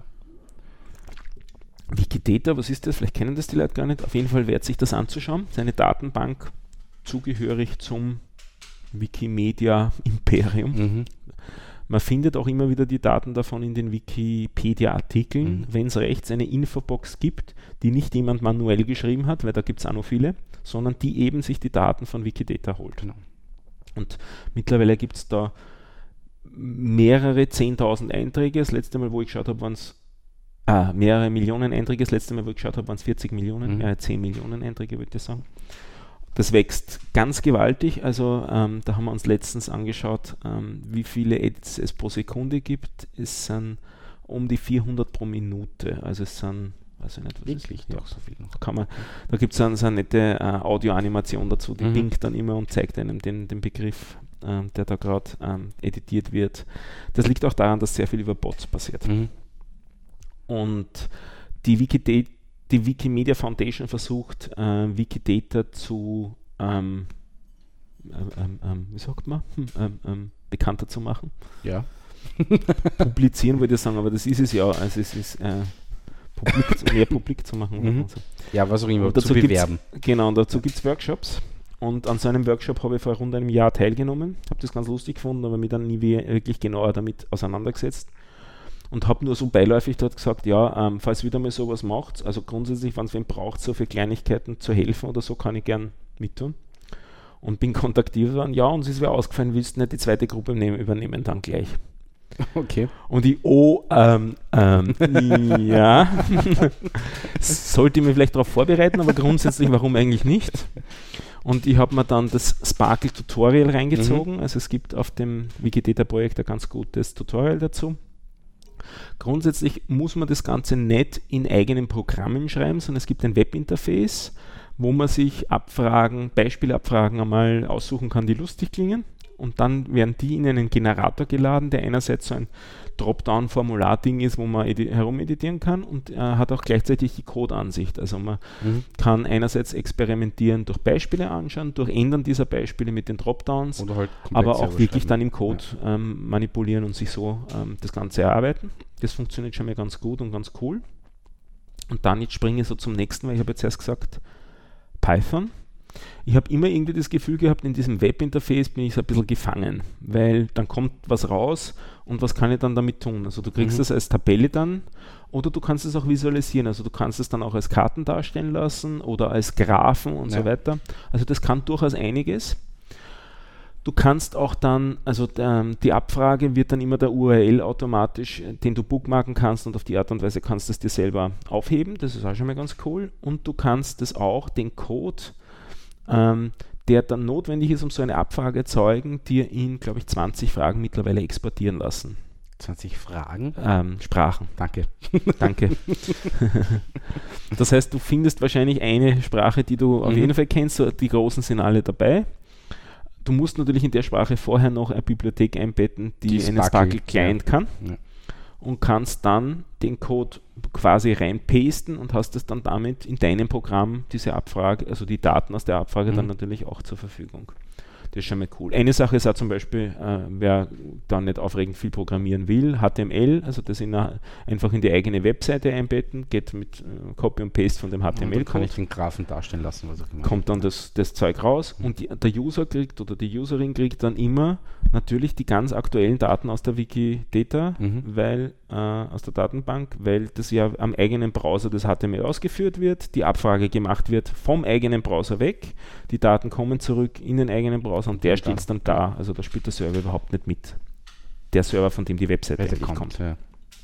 Wikidata, was ist das? Vielleicht kennen das die Leute gar nicht. Auf jeden Fall wert sich das anzuschauen. Das ist eine Datenbank zugehörig zum Wikimedia-Imperium. Mhm. Man findet auch immer wieder die Daten davon in den Wikipedia-Artikeln, Mhm. wenn es rechts eine Infobox gibt, die nicht jemand manuell geschrieben hat, weil da gibt es auch noch viele, sondern die eben sich die Daten von Wikidata holt. Genau. Und mittlerweile gibt es da mehrere zehntausend Einträge. Das letzte Mal, wo ich geschaut habe, waren es ah, mehrere Millionen Einträge. Das letzte Mal, wo ich geschaut habe, waren es vierzig Millionen, Mhm. äh, zehn Millionen Einträge, würde ich sagen. Das wächst ganz gewaltig. Also ähm, da haben wir uns letztens angeschaut, ähm, wie viele Edits es pro Sekunde gibt. Es sind um die vierhundert pro Minute. Also es sind, weiß ich nicht, was Wirklich, ist, ja, doch so viel noch. da kann man, da gibt es dann so eine nette äh, Audioanimation dazu, die Mhm. winkt dann immer und zeigt einem den, den Begriff, ähm, der da gerade ähm, editiert wird. Das liegt auch daran, dass sehr viel über Bots passiert. Mhm. Und die, Wikidata, die Wikimedia Foundation versucht, äh, Wikidata zu, ähm, ähm, ähm, wie sagt man, ähm, ähm, bekannter zu machen. Ja. Publizieren wollte ich sagen, aber das ist es ja. Also es ist äh, publik, mehr publik zu machen. Mhm. So. Ja, was auch immer, Und dazu zu bewerben. Genau, und dazu gibt es Workshops. Und an so einem Workshop habe ich vor rund einem Jahr teilgenommen. Habe das ganz lustig gefunden, aber mich dann nie wirklich genauer damit auseinandergesetzt. Und habe nur so beiläufig dort gesagt, ja, ähm, falls wieder mal sowas macht, also grundsätzlich, wenn es wen braucht, so für Kleinigkeiten zu helfen oder so, kann ich gern mittun. Und bin kontaktiert worden, ja, und es ist wieder ausgefallen, willst du nicht die zweite Gruppe nehmen, übernehmen dann gleich. Okay. Und ich, oh, ähm, ähm, ja, sollte ich mich vielleicht darauf vorbereiten, aber grundsätzlich, warum eigentlich nicht? Und ich habe mir dann das Sparkle Tutorial reingezogen, mhm. also es gibt auf dem Wikidata-Projekt ein ganz gutes Tutorial dazu. Grundsätzlich muss man das Ganze nicht in eigenen Programmen schreiben, sondern es gibt ein Webinterface, wo man sich Abfragen, Beispielabfragen einmal aussuchen kann, die lustig klingen. Und dann werden die in einen Generator geladen, der einerseits so ein Dropdown-Formular-Ding ist, wo man edi- herumeditieren kann und äh, hat auch gleichzeitig die Code-Ansicht. Also man mhm. kann einerseits experimentieren durch Beispiele anschauen, durch Ändern dieser Beispiele mit den Dropdowns, Oder halt aber auch wirklich dann im Code ja. ähm, manipulieren und sich so ähm, das Ganze erarbeiten. Das funktioniert schon mal ganz gut und ganz cool. Und dann jetzt springe ich so zum nächsten, weil ich habe jetzt erst gesagt, Python. Ich habe immer irgendwie das Gefühl gehabt, in diesem Webinterface bin ich so ein bisschen gefangen, weil dann kommt was raus und was kann ich dann damit tun? Also du kriegst mhm. das als Tabelle dann oder du kannst es auch visualisieren, also du kannst es dann auch als Karten darstellen lassen oder als Graphen und ja. so weiter. Also das kann durchaus einiges. Du kannst auch dann, also ähm, die Abfrage wird dann immer der U R L automatisch, den du bookmarken kannst und auf die Art und Weise kannst du es dir selber aufheben, das ist auch schon mal ganz cool und du kannst das auch, den Code Ähm, der dann notwendig ist, um so eine Abfrage zu erzeugen, dir in, glaube ich, zwanzig Fragen mittlerweile exportieren lassen. zwanzig Fragen? Ähm, Sprachen. Danke. Danke. Das heißt, du findest wahrscheinlich eine Sprache, die du mhm. auf jeden Fall kennst, so die großen sind alle dabei. Du musst natürlich in der Sprache vorher noch eine Bibliothek einbetten, die, die einen Sparkle Client ja. kann. Ja. Und kannst dann den Code quasi reinpasten und hast es dann damit in deinem Programm, diese Abfrage, also die Daten aus der Abfrage mhm. dann natürlich auch zur Verfügung. Das ist schon mal cool. Eine Sache ist auch zum Beispiel, äh, wer dann nicht aufregend viel programmieren will, H T M L, also das in eine, einfach in die eigene Webseite einbetten, geht mit äh, Copy und Paste von dem H T M L-Code. Kann ich den Graphen darstellen lassen, was auch immer. Kommt dann das, das Zeug raus mhm. und die, der User kriegt oder die Userin kriegt dann immer natürlich die ganz aktuellen Daten aus der Wikidata, mhm. weil äh, aus der Datenbank, weil das ja am eigenen Browser das H T M L ausgeführt wird, die Abfrage gemacht wird vom eigenen Browser weg, die Daten kommen zurück in den eigenen Browser und der steht dann da, also da spielt der Server überhaupt nicht mit. Der Server, von dem die Webseite eigentlich kommt. kommt. Ja.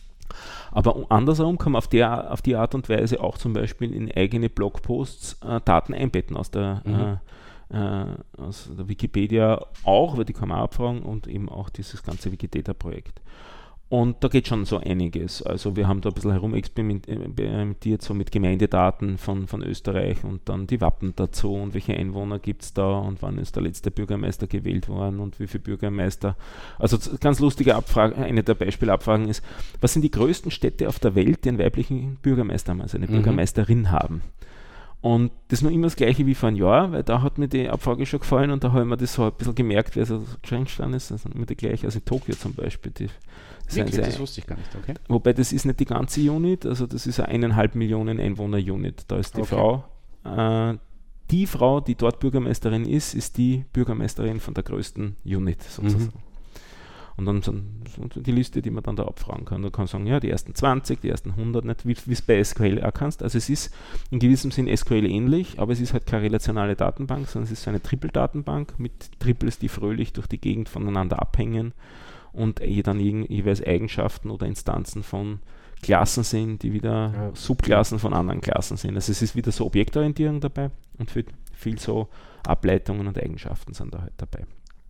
Aber andersherum kann man auf, der, auf die Art und Weise auch zum Beispiel in eigene Blogposts äh, Daten einbetten aus der, mhm. äh, äh, aus der Wikipedia auch, weil die kann man auch abfragen und eben auch dieses ganze Wikidata-Projekt. Und da geht schon so einiges. Also wir haben da ein bisschen herumexperimentiert so mit Gemeindedaten von, von Österreich und dann die Wappen dazu und welche Einwohner gibt es da und wann ist der letzte Bürgermeister gewählt worden und wie viele Bürgermeister. Also ganz lustige Abfrage, eine der Beispielabfragen ist, was sind die größten Städte auf der Welt, die einen weiblichen Bürgermeister haben, also eine mhm. Bürgermeisterin haben. Und das ist noch immer das Gleiche wie vor einem Jahr, weil da hat mir die Abfrage schon gefallen und da habe ich mir das so ein bisschen gemerkt, wie es so gestanden ist. Das ist immer die gleiche, also in Tokio zum Beispiel. Die, Wirklich, das wusste ich gar nicht, okay. Wobei das ist nicht die ganze Unit, also das ist eine eineinhalb Millionen Einwohner-Unit. Da ist die okay. Frau, äh, die Frau, die dort Bürgermeisterin ist, ist die Bürgermeisterin von der größten Unit sozusagen. Mhm. Und dann sind die Liste, die man dann da abfragen kann. Da kann man sagen, ja, die ersten zwanzig, die ersten hundert, nicht wie es bei S Q L auch kannst. Also es ist in gewissem Sinn S Q L ähnlich, aber es ist halt keine relationale Datenbank, sondern es ist so eine Triple-Datenbank mit Triples, die fröhlich durch die Gegend voneinander abhängen und dann jeweils Eigenschaften oder Instanzen von Klassen sind, die wieder ja. Subklassen von anderen Klassen sind. Also es ist wieder so Objektorientierung dabei und viel, viel so Ableitungen und Eigenschaften sind da halt dabei.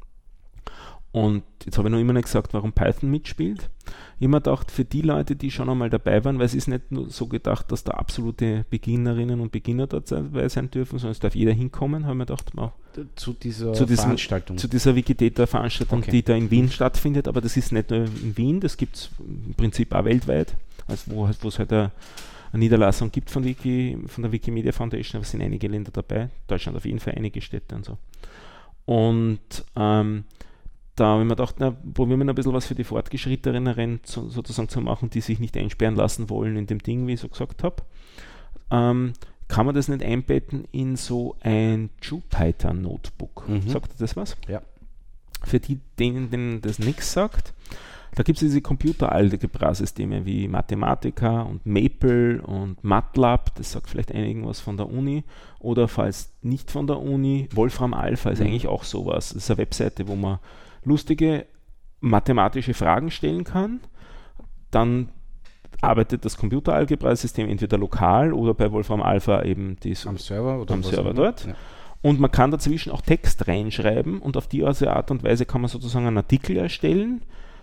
Und jetzt habe ich noch immer nicht gesagt, warum Python mitspielt. Ich habe mir gedacht, für die Leute, die schon einmal dabei waren, weil es ist nicht nur so gedacht, dass da absolute Beginnerinnen und Beginner dabei sein dürfen, sondern es darf jeder hinkommen, habe ich mir gedacht, oh, zu dieser zu diesem, Veranstaltung. Zu dieser Wikidata-Veranstaltung, okay. die da in Wien stattfindet, aber das ist nicht nur in Wien, das gibt es im Prinzip auch weltweit, also wo, wo es halt eine, eine Niederlassung gibt von, Wiki, von der Wikimedia Foundation, aber es sind einige Länder dabei, Deutschland auf jeden Fall einige Städte und so. Und ähm, da habe ich mir gedacht, na, probieren wir ein bisschen was für die Fortgeschritteneren zu, sozusagen zu machen, die sich nicht einsperren lassen wollen in dem Ding, wie ich so gesagt habe. Ähm, kann man das nicht einbetten in so ein Jupyter-Notebook? Mhm. Sagt das was? Ja. Für die, denen, denen das nichts sagt, da gibt es diese Computeralgebra-Systeme wie Mathematica und Maple und MATLAB, das sagt vielleicht einigen was von der Uni, oder falls nicht von der Uni, Wolfram Alpha ist Mhm. eigentlich auch sowas. Das ist eine Webseite, wo man lustige mathematische Fragen stellen kann, dann arbeitet das Computeralgebra-System entweder lokal oder bei Wolfram Alpha eben die Am Server oder am was Server auch dort. immer. Ja. Und man kann dazwischen auch Text reinschreiben und auf die Art und Weise kann man sozusagen einen Artikel erstellen,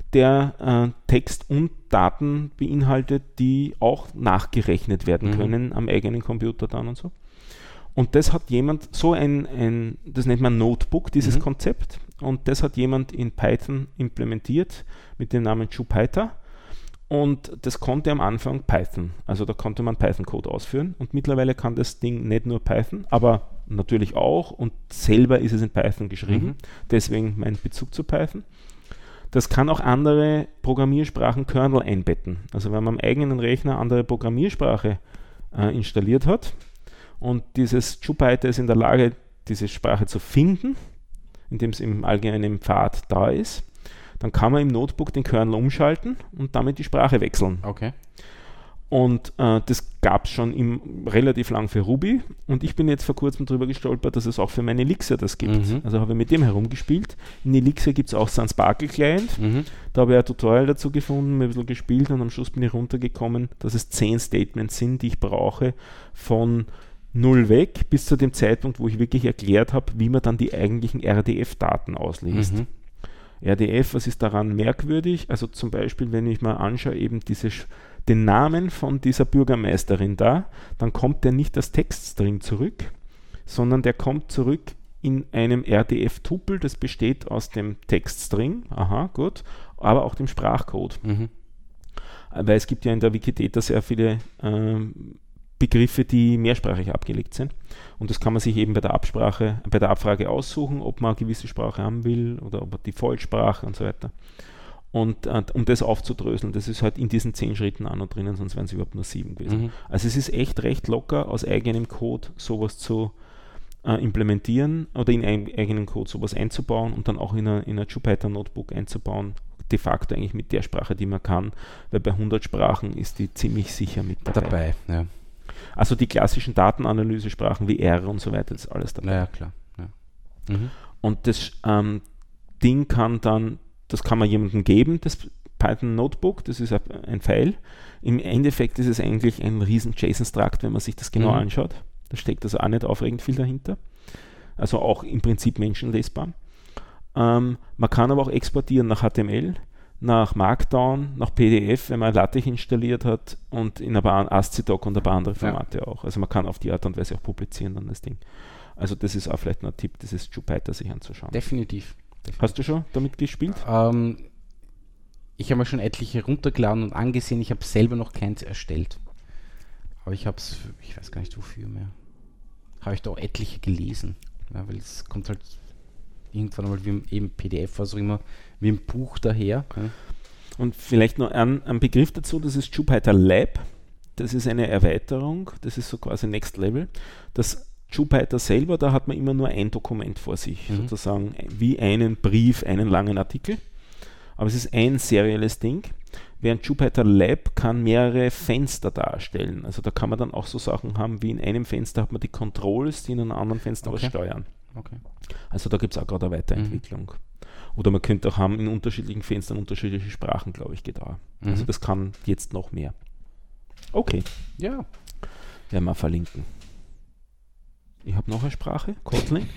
der äh, Text und Daten beinhaltet, die auch nachgerechnet werden Mhm. können am eigenen Computer dann und so. Und das hat jemand, so ein, ein das nennt man Notebook, dieses Mhm. Konzept, und das hat jemand in Python implementiert mit dem Namen Jupyter. Und das konnte am Anfang Python. Also da konnte man Python-Code ausführen. Und mittlerweile kann das Ding nicht nur Python, aber natürlich auch. Und selber ist es in Python geschrieben. Mhm. Deswegen mein Bezug zu Python. Das kann auch andere Programmiersprachen Kernel einbetten. Also wenn man am eigenen Rechner andere Programmiersprache äh, installiert hat und dieses Jupyter ist in der Lage, diese Sprache zu finden, indem es im allgemeinen Pfad da ist, dann kann man im Notebook den Kernel umschalten und damit die Sprache wechseln. Okay. Und äh, das gab es schon im, relativ lang für Ruby und ich bin jetzt vor kurzem darüber gestolpert, dass es auch für meine Elixir das gibt. Mhm. Also habe ich mit dem herumgespielt. In Elixir gibt es auch so einen Sparkle-Client. Mhm. Da habe ich ein Tutorial dazu gefunden, mir ein bisschen gespielt und am Schluss bin ich runtergekommen, dass es zehn Statements sind, die ich brauche von null weg bis zu dem Zeitpunkt, wo ich wirklich erklärt habe, wie man dann die eigentlichen R D F-Daten ausliest. Mhm. R D F, was ist daran merkwürdig? Also zum Beispiel, wenn ich mal anschaue, eben diese, den Namen von dieser Bürgermeisterin da, dann kommt der nicht als Textstring zurück, sondern der kommt zurück in einem R D F-Tupel, das besteht aus dem Textstring, aha, gut, aber auch dem Sprachcode. Mhm. Weil es gibt ja in der Wikidata sehr viele ähm, Begriffe, die mehrsprachig abgelegt sind. Und das kann man sich eben bei der Absprache, bei der Abfrage aussuchen, ob man eine gewisse Sprache haben will oder ob man die Vollsprache und so weiter. Und äh, um das aufzudröseln, das ist halt in diesen zehn Schritten auch noch drinnen, sonst wären es überhaupt nur sieben gewesen. Mhm. Also es ist echt recht locker, aus eigenem Code sowas zu äh, implementieren oder in einem eigenen Code sowas einzubauen und dann auch in ein in Jupyter Notebook einzubauen. De facto eigentlich mit der Sprache, die man kann, weil bei hundert Sprachen ist die ziemlich sicher mit dabei. Dabei, ja. Also die klassischen Datenanalyse-Sprachen wie R und so weiter, das ist alles dabei. Ja, klar. Ja. Mhm. Und das ähm, Ding kann dann, das kann man jemandem geben, das Python Notebook, das ist ein File. Im Endeffekt ist es eigentlich ein riesen JSON-Struct, wenn man sich das genau Mhm. anschaut. Da steckt also auch nicht aufregend viel dahinter. Also auch im Prinzip menschenlesbar. Ähm, man kann aber auch exportieren nach H T M L, nach Markdown, nach P D F, wenn man LaTeX installiert hat und in ein paar ASCII-Doc und ein paar andere Formate ja. auch. Also man kann auf die Art und Weise auch publizieren dann das Ding. Also das ist auch vielleicht noch ein Tipp, dieses Jupyter sich anzuschauen. Definitiv. Definitiv. Hast du schon damit gespielt? Ähm, ich habe mir schon etliche runtergeladen und angesehen. Ich habe selber noch keins erstellt. Aber ich habe es, ich weiß gar nicht wofür mehr. Habe ich da auch etliche gelesen. Ja, weil es kommt halt irgendwann mal wie eben P D F, was auch immer, wie ein Buch daher. Ja. Und vielleicht noch ein, ein Begriff dazu, das ist Jupyter Lab. Das ist eine Erweiterung, das ist so quasi Next Level. Das Jupyter selber, da hat man immer nur ein Dokument vor sich, Mhm. sozusagen wie einen Brief, einen langen Artikel. Aber es ist ein serielles Ding, während Jupyter Lab kann mehrere Fenster darstellen. Also da kann man dann auch so Sachen haben, wie in einem Fenster hat man die Controls, die in einem anderen Fenster Okay. was steuern. Okay. Also da gibt es auch gerade eine Weiterentwicklung. Oder man könnte auch haben in unterschiedlichen Fenstern unterschiedliche Sprachen, glaube ich, geht auch. Mhm. Also das kann jetzt noch mehr. Okay, Ja. werden wir verlinken. Ich habe noch eine Sprache, Kotlin.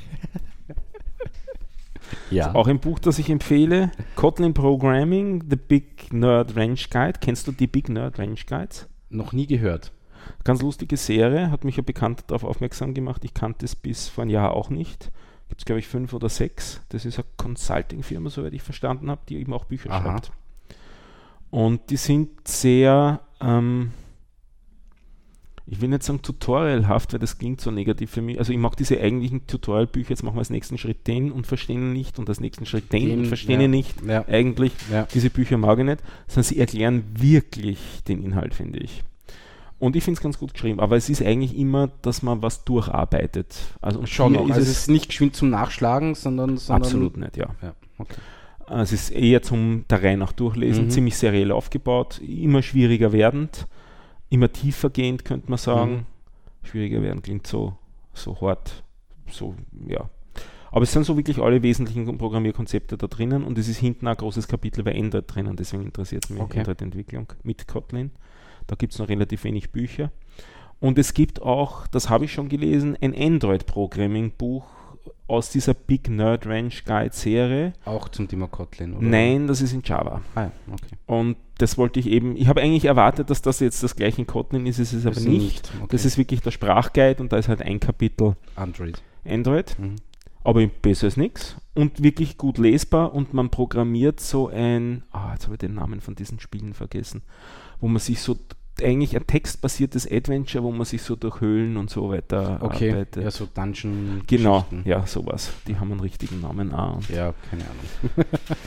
Ja. Auch ein Buch, das ich empfehle. Kotlin Programming, The Big Nerd Range Guide. Kennst du die Big Nerd Range Guides? Noch nie gehört. Ganz lustige Serie, hat mich ein Bekannter darauf aufmerksam gemacht. Ich kannte es bis vor ein Jahr auch nicht. Gibt es, glaube ich, fünf oder sechs. Das ist eine Consulting-Firma, soweit ich verstanden habe, die eben auch Bücher Aha. schreibt. Und die sind sehr, ähm, ich will nicht sagen tutorialhaft, weil das klingt so negativ für mich. Also ich mag diese eigentlichen Tutorialbücher, jetzt machen wir als nächsten Schritt den und verstehen ihn nicht und als nächsten Schritt den, den und verstehen ja, ihn nicht. Ja. Eigentlich, ja. diese Bücher mag ich nicht, sondern sie erklären wirklich den Inhalt, finde ich. Und ich finde es ganz gut geschrieben, aber es ist eigentlich immer, dass man was durcharbeitet. Also und schon, ist also es es ist nicht geschwind zum Nachschlagen, sondern... sondern absolut nicht, ja. ja okay. Es ist eher zum der Reihe nach durchlesen, mhm. ziemlich seriell aufgebaut, immer schwieriger werdend, immer tiefer gehend, könnte man sagen. Mhm. Schwieriger werden klingt so, so hart, so, ja. Aber es sind so wirklich alle wesentlichen Programmierkonzepte da drinnen und es ist hinten ein großes Kapitel bei Android drinnen, deswegen interessiert mich okay. Android-Entwicklung mit Kotlin. Da gibt es noch relativ wenig Bücher. Und es gibt auch, das habe ich schon gelesen, ein Android-Programming-Buch aus dieser Big Nerd Ranch Guide Serie. Auch zum Thema Kotlin, oder? Nein, das ist in Java. Ah ja, okay. Und das wollte ich eben, ich habe eigentlich erwartet, dass das jetzt das gleiche in Kotlin ist, es ist aber das nicht. nicht. Okay. Das ist wirklich der Sprachguide und da ist halt ein Kapitel Android. Android, Mhm. aber besser als nichts und wirklich gut lesbar und man programmiert so ein, ah, jetzt habe ich den Namen von diesen Spielen vergessen, wo man sich so eigentlich ein textbasiertes Adventure, wo man sich so durch Höhlen und so weiter okay. arbeitet. Ja, so Dungeon. Genau, ja, sowas. Die haben einen richtigen Namen auch. Ja, keine Ahnung.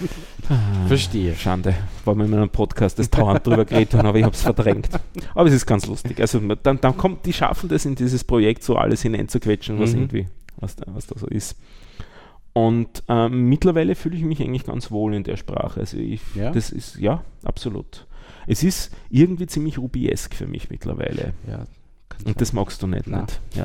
ah, Verstehe. Schande, weil wir in einem Podcast das dauernd drüber geredet haben, aber ich habe es verdrängt. Aber es ist ganz lustig. Also dann, dann kommt, die schaffen das in dieses Projekt so alles hineinzuquetschen, was mhm. irgendwie, was da, was da so ist. Und ähm, mittlerweile fühle ich mich eigentlich ganz wohl in der Sprache. Also ich, ja? das ist, ja, absolut. Es ist irgendwie ziemlich Ruby-esk für mich mittlerweile. Ja, und das magst du nicht. nicht? Ja.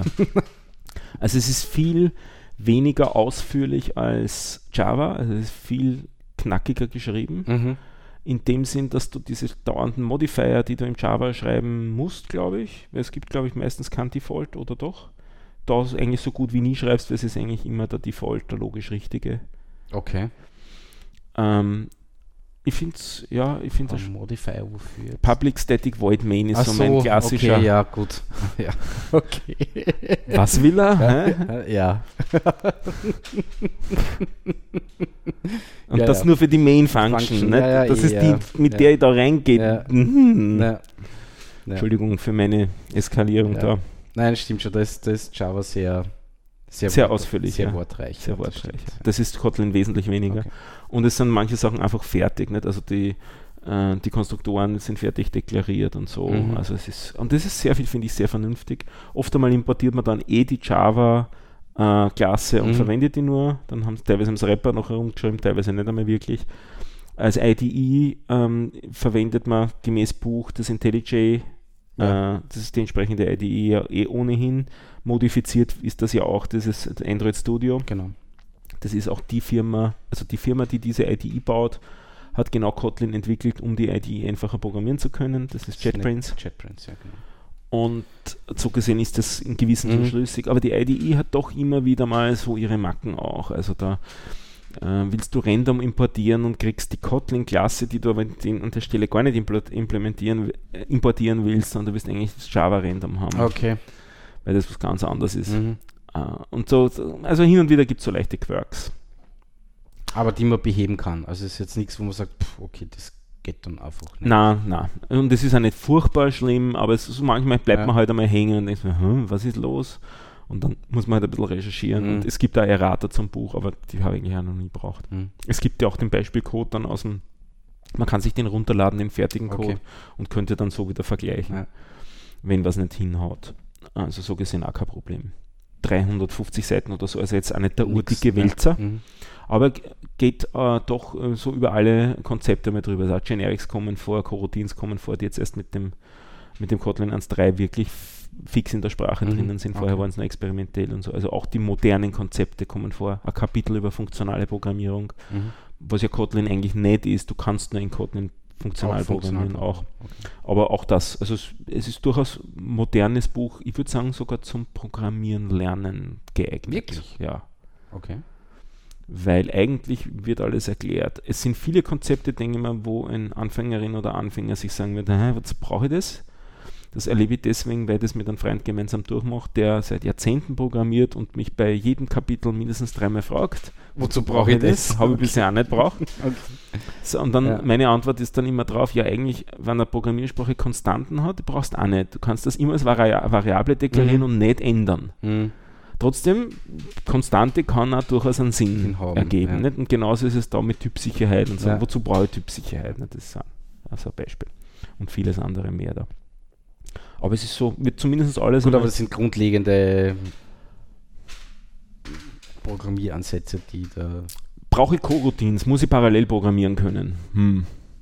Also es ist viel weniger ausführlich als Java, also es ist viel knackiger geschrieben. Mhm. In dem Sinn, dass du diese dauernden Modifier, die du im Java schreiben musst, glaube ich, weil es gibt, glaube ich, meistens kein Default, oder doch? Da du eigentlich so gut wie nie schreibst, weil es ist eigentlich immer der Default, der logisch richtige. Okay. Ähm, Ich finde es, ja, ich finde das Modifier wofür? Jetzt? Public Static Void Main ist Ach so, so mein klassischer. Okay, ja, gut. ja, okay. Was will er? Ja. ja. Und ja, das ja. nur für die Main Function, Function. nicht? Ja, ja, das eh, ist ja. die, mit ja. der ich da reingehe. Ja. Mhm. Ja. Entschuldigung für meine Eskalierung ja. da. Nein, stimmt schon, da ist, da ist Java sehr, sehr, sehr wort, ausführlich. Sehr ja. wortreich. Sehr ja, wortreich. Das, stimmt, das ist Kotlin wesentlich weniger. Okay. Und es sind manche Sachen einfach fertig. Nicht? Also die, äh, die Konstruktoren sind fertig deklariert und so. Mhm. Also es ist, und das ist sehr viel, finde ich, sehr vernünftig. Oft einmal importiert man dann eh die Java-Klasse äh, und mhm. verwendet die nur. Dann haben sie teilweise im Wrapper noch herumgeschrieben, teilweise nicht einmal wirklich. Als I D E ähm, verwendet man gemäß Buch das IntelliJ. Ja. Uh, das ist die entsprechende I D E ja eh ohnehin. Modifiziert ist das ja auch, das ist Android Studio. Genau. Das ist auch die Firma, also die Firma, die diese I D E baut, hat genau Kotlin entwickelt, um die I D E einfacher programmieren zu können. Das ist JetBrains. JetBrains, ja, genau. Und so gesehen ist das in gewissem Sinne mhm. schlüssig. Aber die I D E hat doch immer wieder mal so ihre Macken auch. Also da äh, willst du random importieren und kriegst die Kotlin-Klasse, die du aber den, an der Stelle gar nicht impl- implementieren, äh, importieren willst, sondern du willst eigentlich das Java-Random haben. Okay. Weil das was ganz anderes ist. Mhm. Uh, und so, also hin und wieder gibt es so leichte Quirks. Aber die man beheben kann. Also es ist jetzt nichts, wo man sagt, pff, okay, das geht dann einfach nicht. Nein, nein. Und es ist auch nicht furchtbar schlimm, aber es ist, manchmal bleibt ja. man halt einmal hängen und denkt mir, hm, was ist los? Und dann muss man halt ein bisschen recherchieren. Mhm. Und es gibt da Errata zum Buch, aber die habe ich eigentlich auch noch nie gebraucht. Mhm. Es gibt ja auch den Beispielcode dann aus dem, man kann sich den runterladen, den fertigen Code, okay. und könnte dann so wieder vergleichen, ja. wenn was nicht hinhaut. Also so gesehen auch kein Problem. dreihundertfünfzig Seiten oder so, also jetzt auch nicht der urdicke Wälzer, ja. mhm. aber geht äh, doch äh, so über alle Konzepte mal drüber. Also Generics kommen vor, Coroutines kommen vor, die jetzt erst mit dem, mit dem Kotlin eins Punkt drei wirklich f- fix in der Sprache mhm. drinnen sind. Vorher okay. waren es nur experimentell und so. Also auch die modernen Konzepte kommen vor. Ein Kapitel über funktionale Programmierung, mhm. was ja Kotlin eigentlich nicht ist. Du kannst nur in Kotlin funktional auch programmieren auch. Okay. Aber auch das, also es, es ist durchaus ein modernes Buch, ich würde sagen sogar zum Programmieren lernen geeignet. Wirklich? Ja. Okay. Weil eigentlich wird alles erklärt. Es sind viele Konzepte, denke ich mal, wo ein Anfängerin oder Anfänger sich sagen wird, was brauche ich das? Das erlebe ich deswegen, weil ich das mit einem Freund gemeinsam durchmache, der seit Jahrzehnten programmiert und mich bei jedem Kapitel mindestens dreimal fragt, wozu brauche ich das? Habe ich bisher auch nicht braucht. Okay. So, und dann Ja. meine Antwort ist dann immer drauf, ja eigentlich, wenn eine Programmiersprache Konstanten hat, brauchst du auch nicht. Du kannst das immer als Vari Variable deklarieren Mhm. und nicht ändern. Mhm. Trotzdem, Konstante kann auch durchaus einen Sinn Sinn haben, ergeben. ja. Nicht? Und genauso ist es da mit Typsicherheit und so. Ja. Wozu brauche ich Typsicherheit? Nicht? Das ist also ein Beispiel. Und vieles andere mehr da. Aber es ist so, wird zumindest alles... Gut, einmal- aber das sind grundlegende Programmieransätze, die da... brauche ich Coroutines? Muss ich parallel programmieren können? Hm.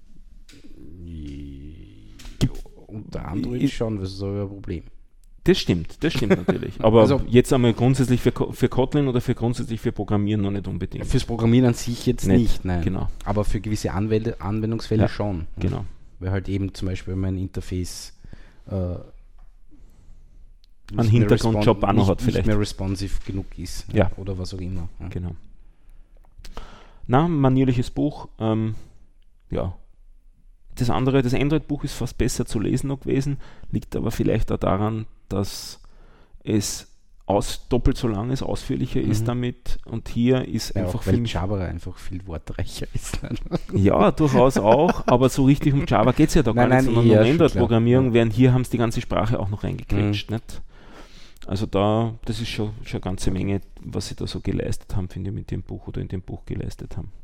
Unter Android Ich- schon, das ist aber ein Problem. Das stimmt, das stimmt natürlich. Aber Also- jetzt einmal grundsätzlich für, Co- für Kotlin oder für grundsätzlich für Programmieren noch nicht unbedingt. Fürs Programmieren an sich jetzt Nicht, nicht, nein. genau. Aber für gewisse Anwende Anwendungsfälle Ja, schon. Genau. Weil halt eben zum Beispiel mein Interface äh, Einen nicht mehr Hintergrundjob respon- auch noch nicht, hat vielleicht. Nicht mehr responsive genug ist. Ja. Oder was auch immer. Ja. Genau. Na, manierliches Buch. Ähm, ja. Das andere, das Android-Buch ist fast besser zu lesen noch gewesen, liegt aber vielleicht auch daran, dass es aus, doppelt so lang ist, ausführlicher Mhm. ist damit und hier ist Ja, einfach auch weil für mich, Java einfach viel wortreicher ist. ja, durchaus auch, aber so richtig um Java geht es ja da Nein, gar nicht, nein, sondern ja, um schon Android-Programmierung, klar. während hier haben sie die ganze Sprache auch noch reingequetscht, nicht? Also da, das ist schon, schon eine ganze Menge, was sie da so geleistet haben, finde ich, mit dem Buch oder in dem Buch geleistet haben.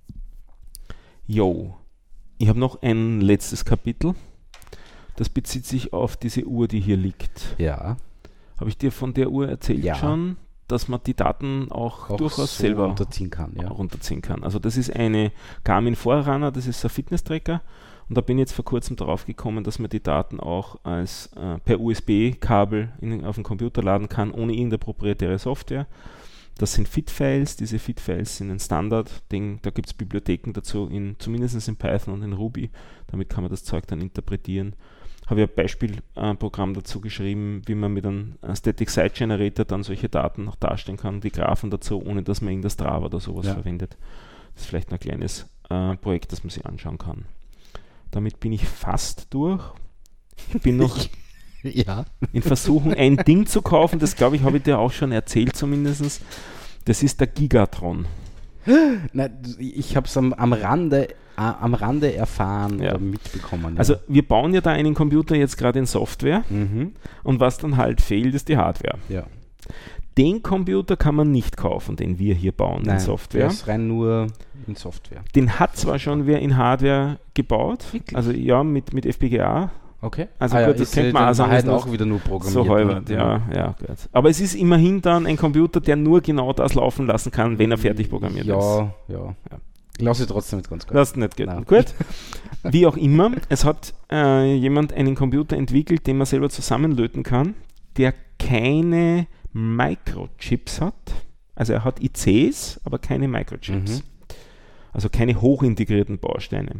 Jo, ich habe noch ein letztes Kapitel. Das bezieht sich auf diese Uhr, die hier liegt. Ja, Habe ich dir von der Uhr erzählt Ja. schon, dass man die Daten auch, auch durchaus so selber runterziehen kann. Ja. runterziehen kann. Also das ist eine Garmin Forerunner, das ist ein Fitness-Tracker und da bin ich jetzt vor kurzem drauf gekommen, dass man die Daten auch als äh, per U S B-Kabel in, auf den Computer laden kann, ohne irgendeine proprietäre Software. Das sind Fit-Files, diese Fit-Files sind ein Standard-Ding, da gibt es Bibliotheken dazu, in, zumindest in Python und in Ruby, damit kann man das Zeug dann interpretieren. Habe ich ein Beispielprogramm dazu geschrieben, wie man mit einem äh, Static Site Generator dann solche Daten noch darstellen kann, die Graphen dazu, ohne dass man irgendein Strava oder sowas Ja. verwendet. Das ist vielleicht ein kleines äh, Projekt, das man sich anschauen kann. Damit bin ich fast durch. Ich bin noch ja. in Versuchung, ein Ding zu kaufen, das glaube ich, habe ich dir auch schon erzählt zumindest. Das ist der Gigatron. Nein, ich habe es am, am, Rande, äh, am Rande erfahren Ja. oder mitbekommen. Ja. Also wir bauen ja da einen Computer jetzt gerade in Software mhm. und was dann halt fehlt, ist die Hardware. ja. Den Computer kann man nicht kaufen, den wir hier bauen Nein, in Software. der ist rein nur in Software. Den hat zwar schon wer in Hardware gebaut, Wirklich? also ja, mit, mit F P G A, Okay. Also gut, das ist kennt äh, man dann auch sagen, halt ist noch auch wieder nur programmiert. so halbert, ne? ja, ja, gut. Aber es ist immerhin dann ein Computer, der nur genau das laufen lassen kann, wenn er fertig programmiert ja, ist. Ja, Ja. ja. Lass ich trotzdem nicht ganz gut. Lass nicht gelten. Nein. Gut. Wie auch immer, es hat äh, jemand einen Computer entwickelt, den man selber zusammenlöten kann, der keine Microchips hat. Also er hat I Cs, aber keine Microchips. Mhm. Also keine hochintegrierten Bausteine.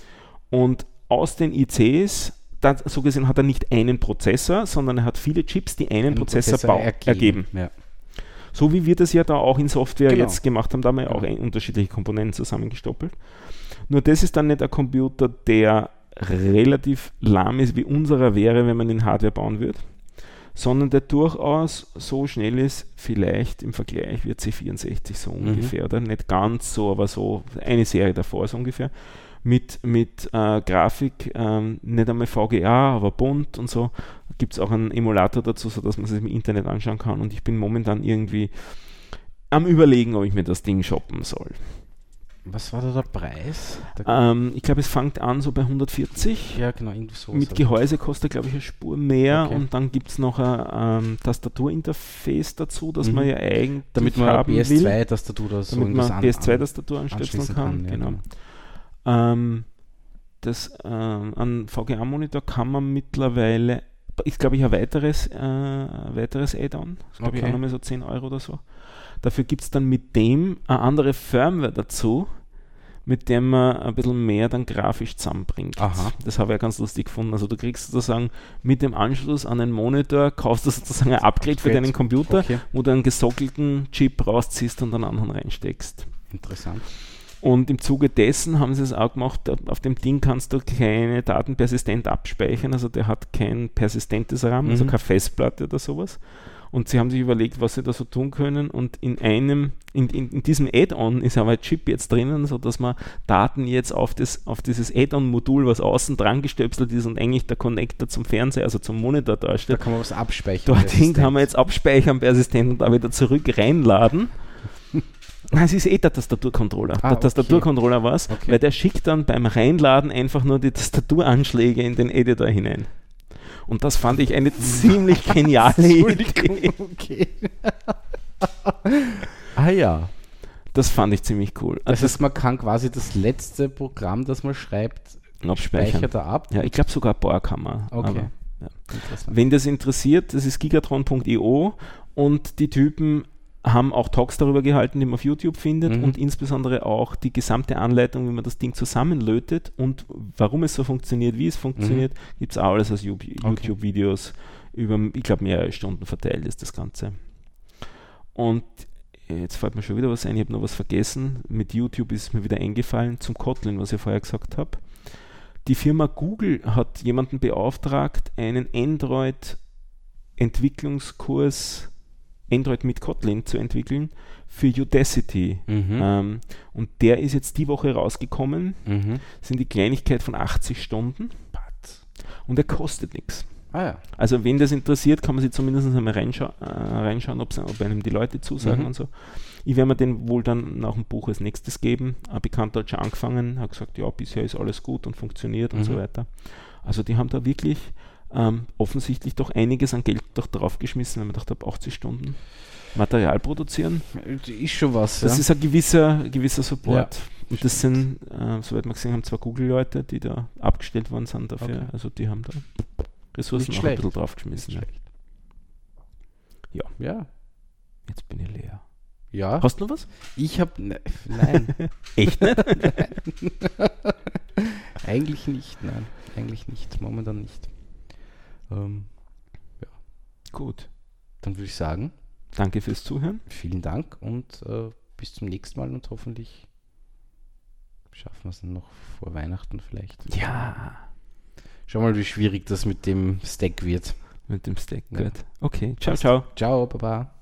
Und aus den I Cs, da, so gesehen hat er nicht einen Prozessor, sondern er hat viele Chips, die einen Einen Prozessor, bau- ergeben. Ja. So wie wir das ja da auch in Software Genau. jetzt gemacht haben, da haben wir ja auch Ja. ein, unterschiedliche Komponenten zusammengestoppelt. Nur das ist dann nicht ein Computer, der relativ lahm ist, wie unserer wäre, wenn man in Hardware bauen würde, sondern der durchaus so schnell ist, vielleicht im Vergleich wie C vierundsechzig so Mhm. ungefähr, oder nicht ganz so, aber so eine Serie davor so ungefähr, mit, mit äh, Grafik, ähm, nicht einmal V G A, aber bunt und so. Gibt es auch einen Emulator dazu, sodass man es im Internet anschauen kann und ich bin momentan irgendwie am Überlegen, ob ich mir das Ding shoppen soll. Was war da der Preis? Der, Ähm, ich glaube, es fängt an so bei hundertvierzig. ja, genau, irgendwie so. Mit Gehäuse kostet, glaube ich, eine Spur mehr Okay. und dann gibt es noch ein ähm, Tastaturinterface dazu, das Mhm. man ja eigentlich damit man haben P S will, zwei Tastatur oder so damit irgendwas man an- P S zwei an- Tastatur anstöpseln anschließen kann. ja, Genau. Ähm, das, ähm, an V G A-Monitor kann man mittlerweile, ist glaube ich ein weiteres, äh, ein weiteres Add-on, das glaube ich Okay. auch nochmal so zehn Euro oder so. Dafür gibt es dann mit dem eine andere Firmware dazu, mit der man ein bisschen mehr dann grafisch zusammenbringt. Aha. Das habe ich ja ganz lustig gefunden. Also du kriegst sozusagen mit dem Anschluss an den Monitor, kaufst du sozusagen ein Upgrade für Upgrade. deinen Computer, Okay. wo du einen gesockelten Chip rausziehst und einen anderen reinsteckst. Interessant. Und im Zuge dessen haben sie es auch gemacht, auf dem Ding kannst du keine Daten persistent abspeichern, also der hat kein persistentes RAM, also Mhm. keine Festplatte oder sowas. Und sie haben sich überlegt, was sie da so tun können. Und in einem, in, in, in diesem Add-on ist aber ein Chip jetzt drinnen, sodass man Daten jetzt auf, das, auf dieses Add-on-Modul, was außen dran gestöpselt ist und eigentlich der Connector zum Fernseher, also zum Monitor darstellt. Da kann man was abspeichern. Dorthin kann man jetzt abspeichern per Assistent und da wieder zurück reinladen. Nein, es ist eh der Tastaturcontroller. Ah, der Tastaturcontroller okay. war es, Okay. weil der schickt dann beim Reinladen einfach nur die Tastaturanschläge in den Editor hinein. Und das fand ich eine ziemlich geniale Idee. Okay. Ah ja. Das fand ich ziemlich cool. Das heißt, man kann quasi das letzte Programm, das man schreibt, abspeichern. speichert er ab. Ja, ich glaube sogar ein paar kann man. Okay. Aber, ja. Interessant. Wenn das interessiert, das ist gigatron punkt io und die Typen haben auch Talks darüber gehalten, die man auf YouTube findet Mhm. und insbesondere auch die gesamte Anleitung, wie man das Ding zusammenlötet und warum es so funktioniert, wie es funktioniert, Mhm. gibt es auch alles als YouTube- Okay. YouTube-Videos über, ich glaube, mehrere Stunden verteilt ist das Ganze. Und jetzt fällt mir schon wieder was ein, ich habe noch was vergessen. Mit YouTube ist es mir wieder eingefallen zum Kotlin, was ich vorher gesagt habe. Die Firma Google hat jemanden beauftragt, einen Android-Entwicklungskurs Android mit Kotlin zu entwickeln für Udacity. Mhm. Ähm, und der ist jetzt die Woche rausgekommen. Mhm. Das sind die Kleinigkeit von achtzig Stunden. Und er kostet nichts. Ah ja. Also wen das interessiert, kann man sich zumindest einmal reinschau- äh, reinschauen, ob's- ob einem die Leute zusagen Mhm. und so. Ich werde mir den wohl dann nach dem Buch als nächstes geben. Ein Bekannter hat schon angefangen, hat gesagt, ja, bisher ist alles gut und funktioniert und Mhm. so weiter. Also die haben da wirklich ähm, offensichtlich doch einiges an Geld doch draufgeschmissen, wenn man gedacht hat, achtzig Stunden Material produzieren. Ist schon was. Das ja. ist ein gewisser, gewisser Support. Ja, Und das sind, äh, soweit wir gesehen haben, zwei Google-Leute, die da abgestellt worden sind dafür. Okay. Also die haben da Ressourcen Nicht auch schlecht. ein bisschen draufgeschmissen. Nicht Ja. schlecht. Ja. Jetzt bin ich leer. Ja. Hast du noch was? Ich habe. Ne, nein. Echt nicht? Eigentlich nicht, nein. Eigentlich nicht. Momentan nicht. Ähm, Gut. dann würde ich sagen, Danke fürs Zuhören. vielen Dank und äh, bis zum nächsten Mal und hoffentlich schaffen wir es noch vor Weihnachten vielleicht. Ja. Schau mal, wie schwierig das mit dem Stack wird. Mit dem Stack. Ja. Gut. Okay. Ciao, ciao. Ciao, Baba.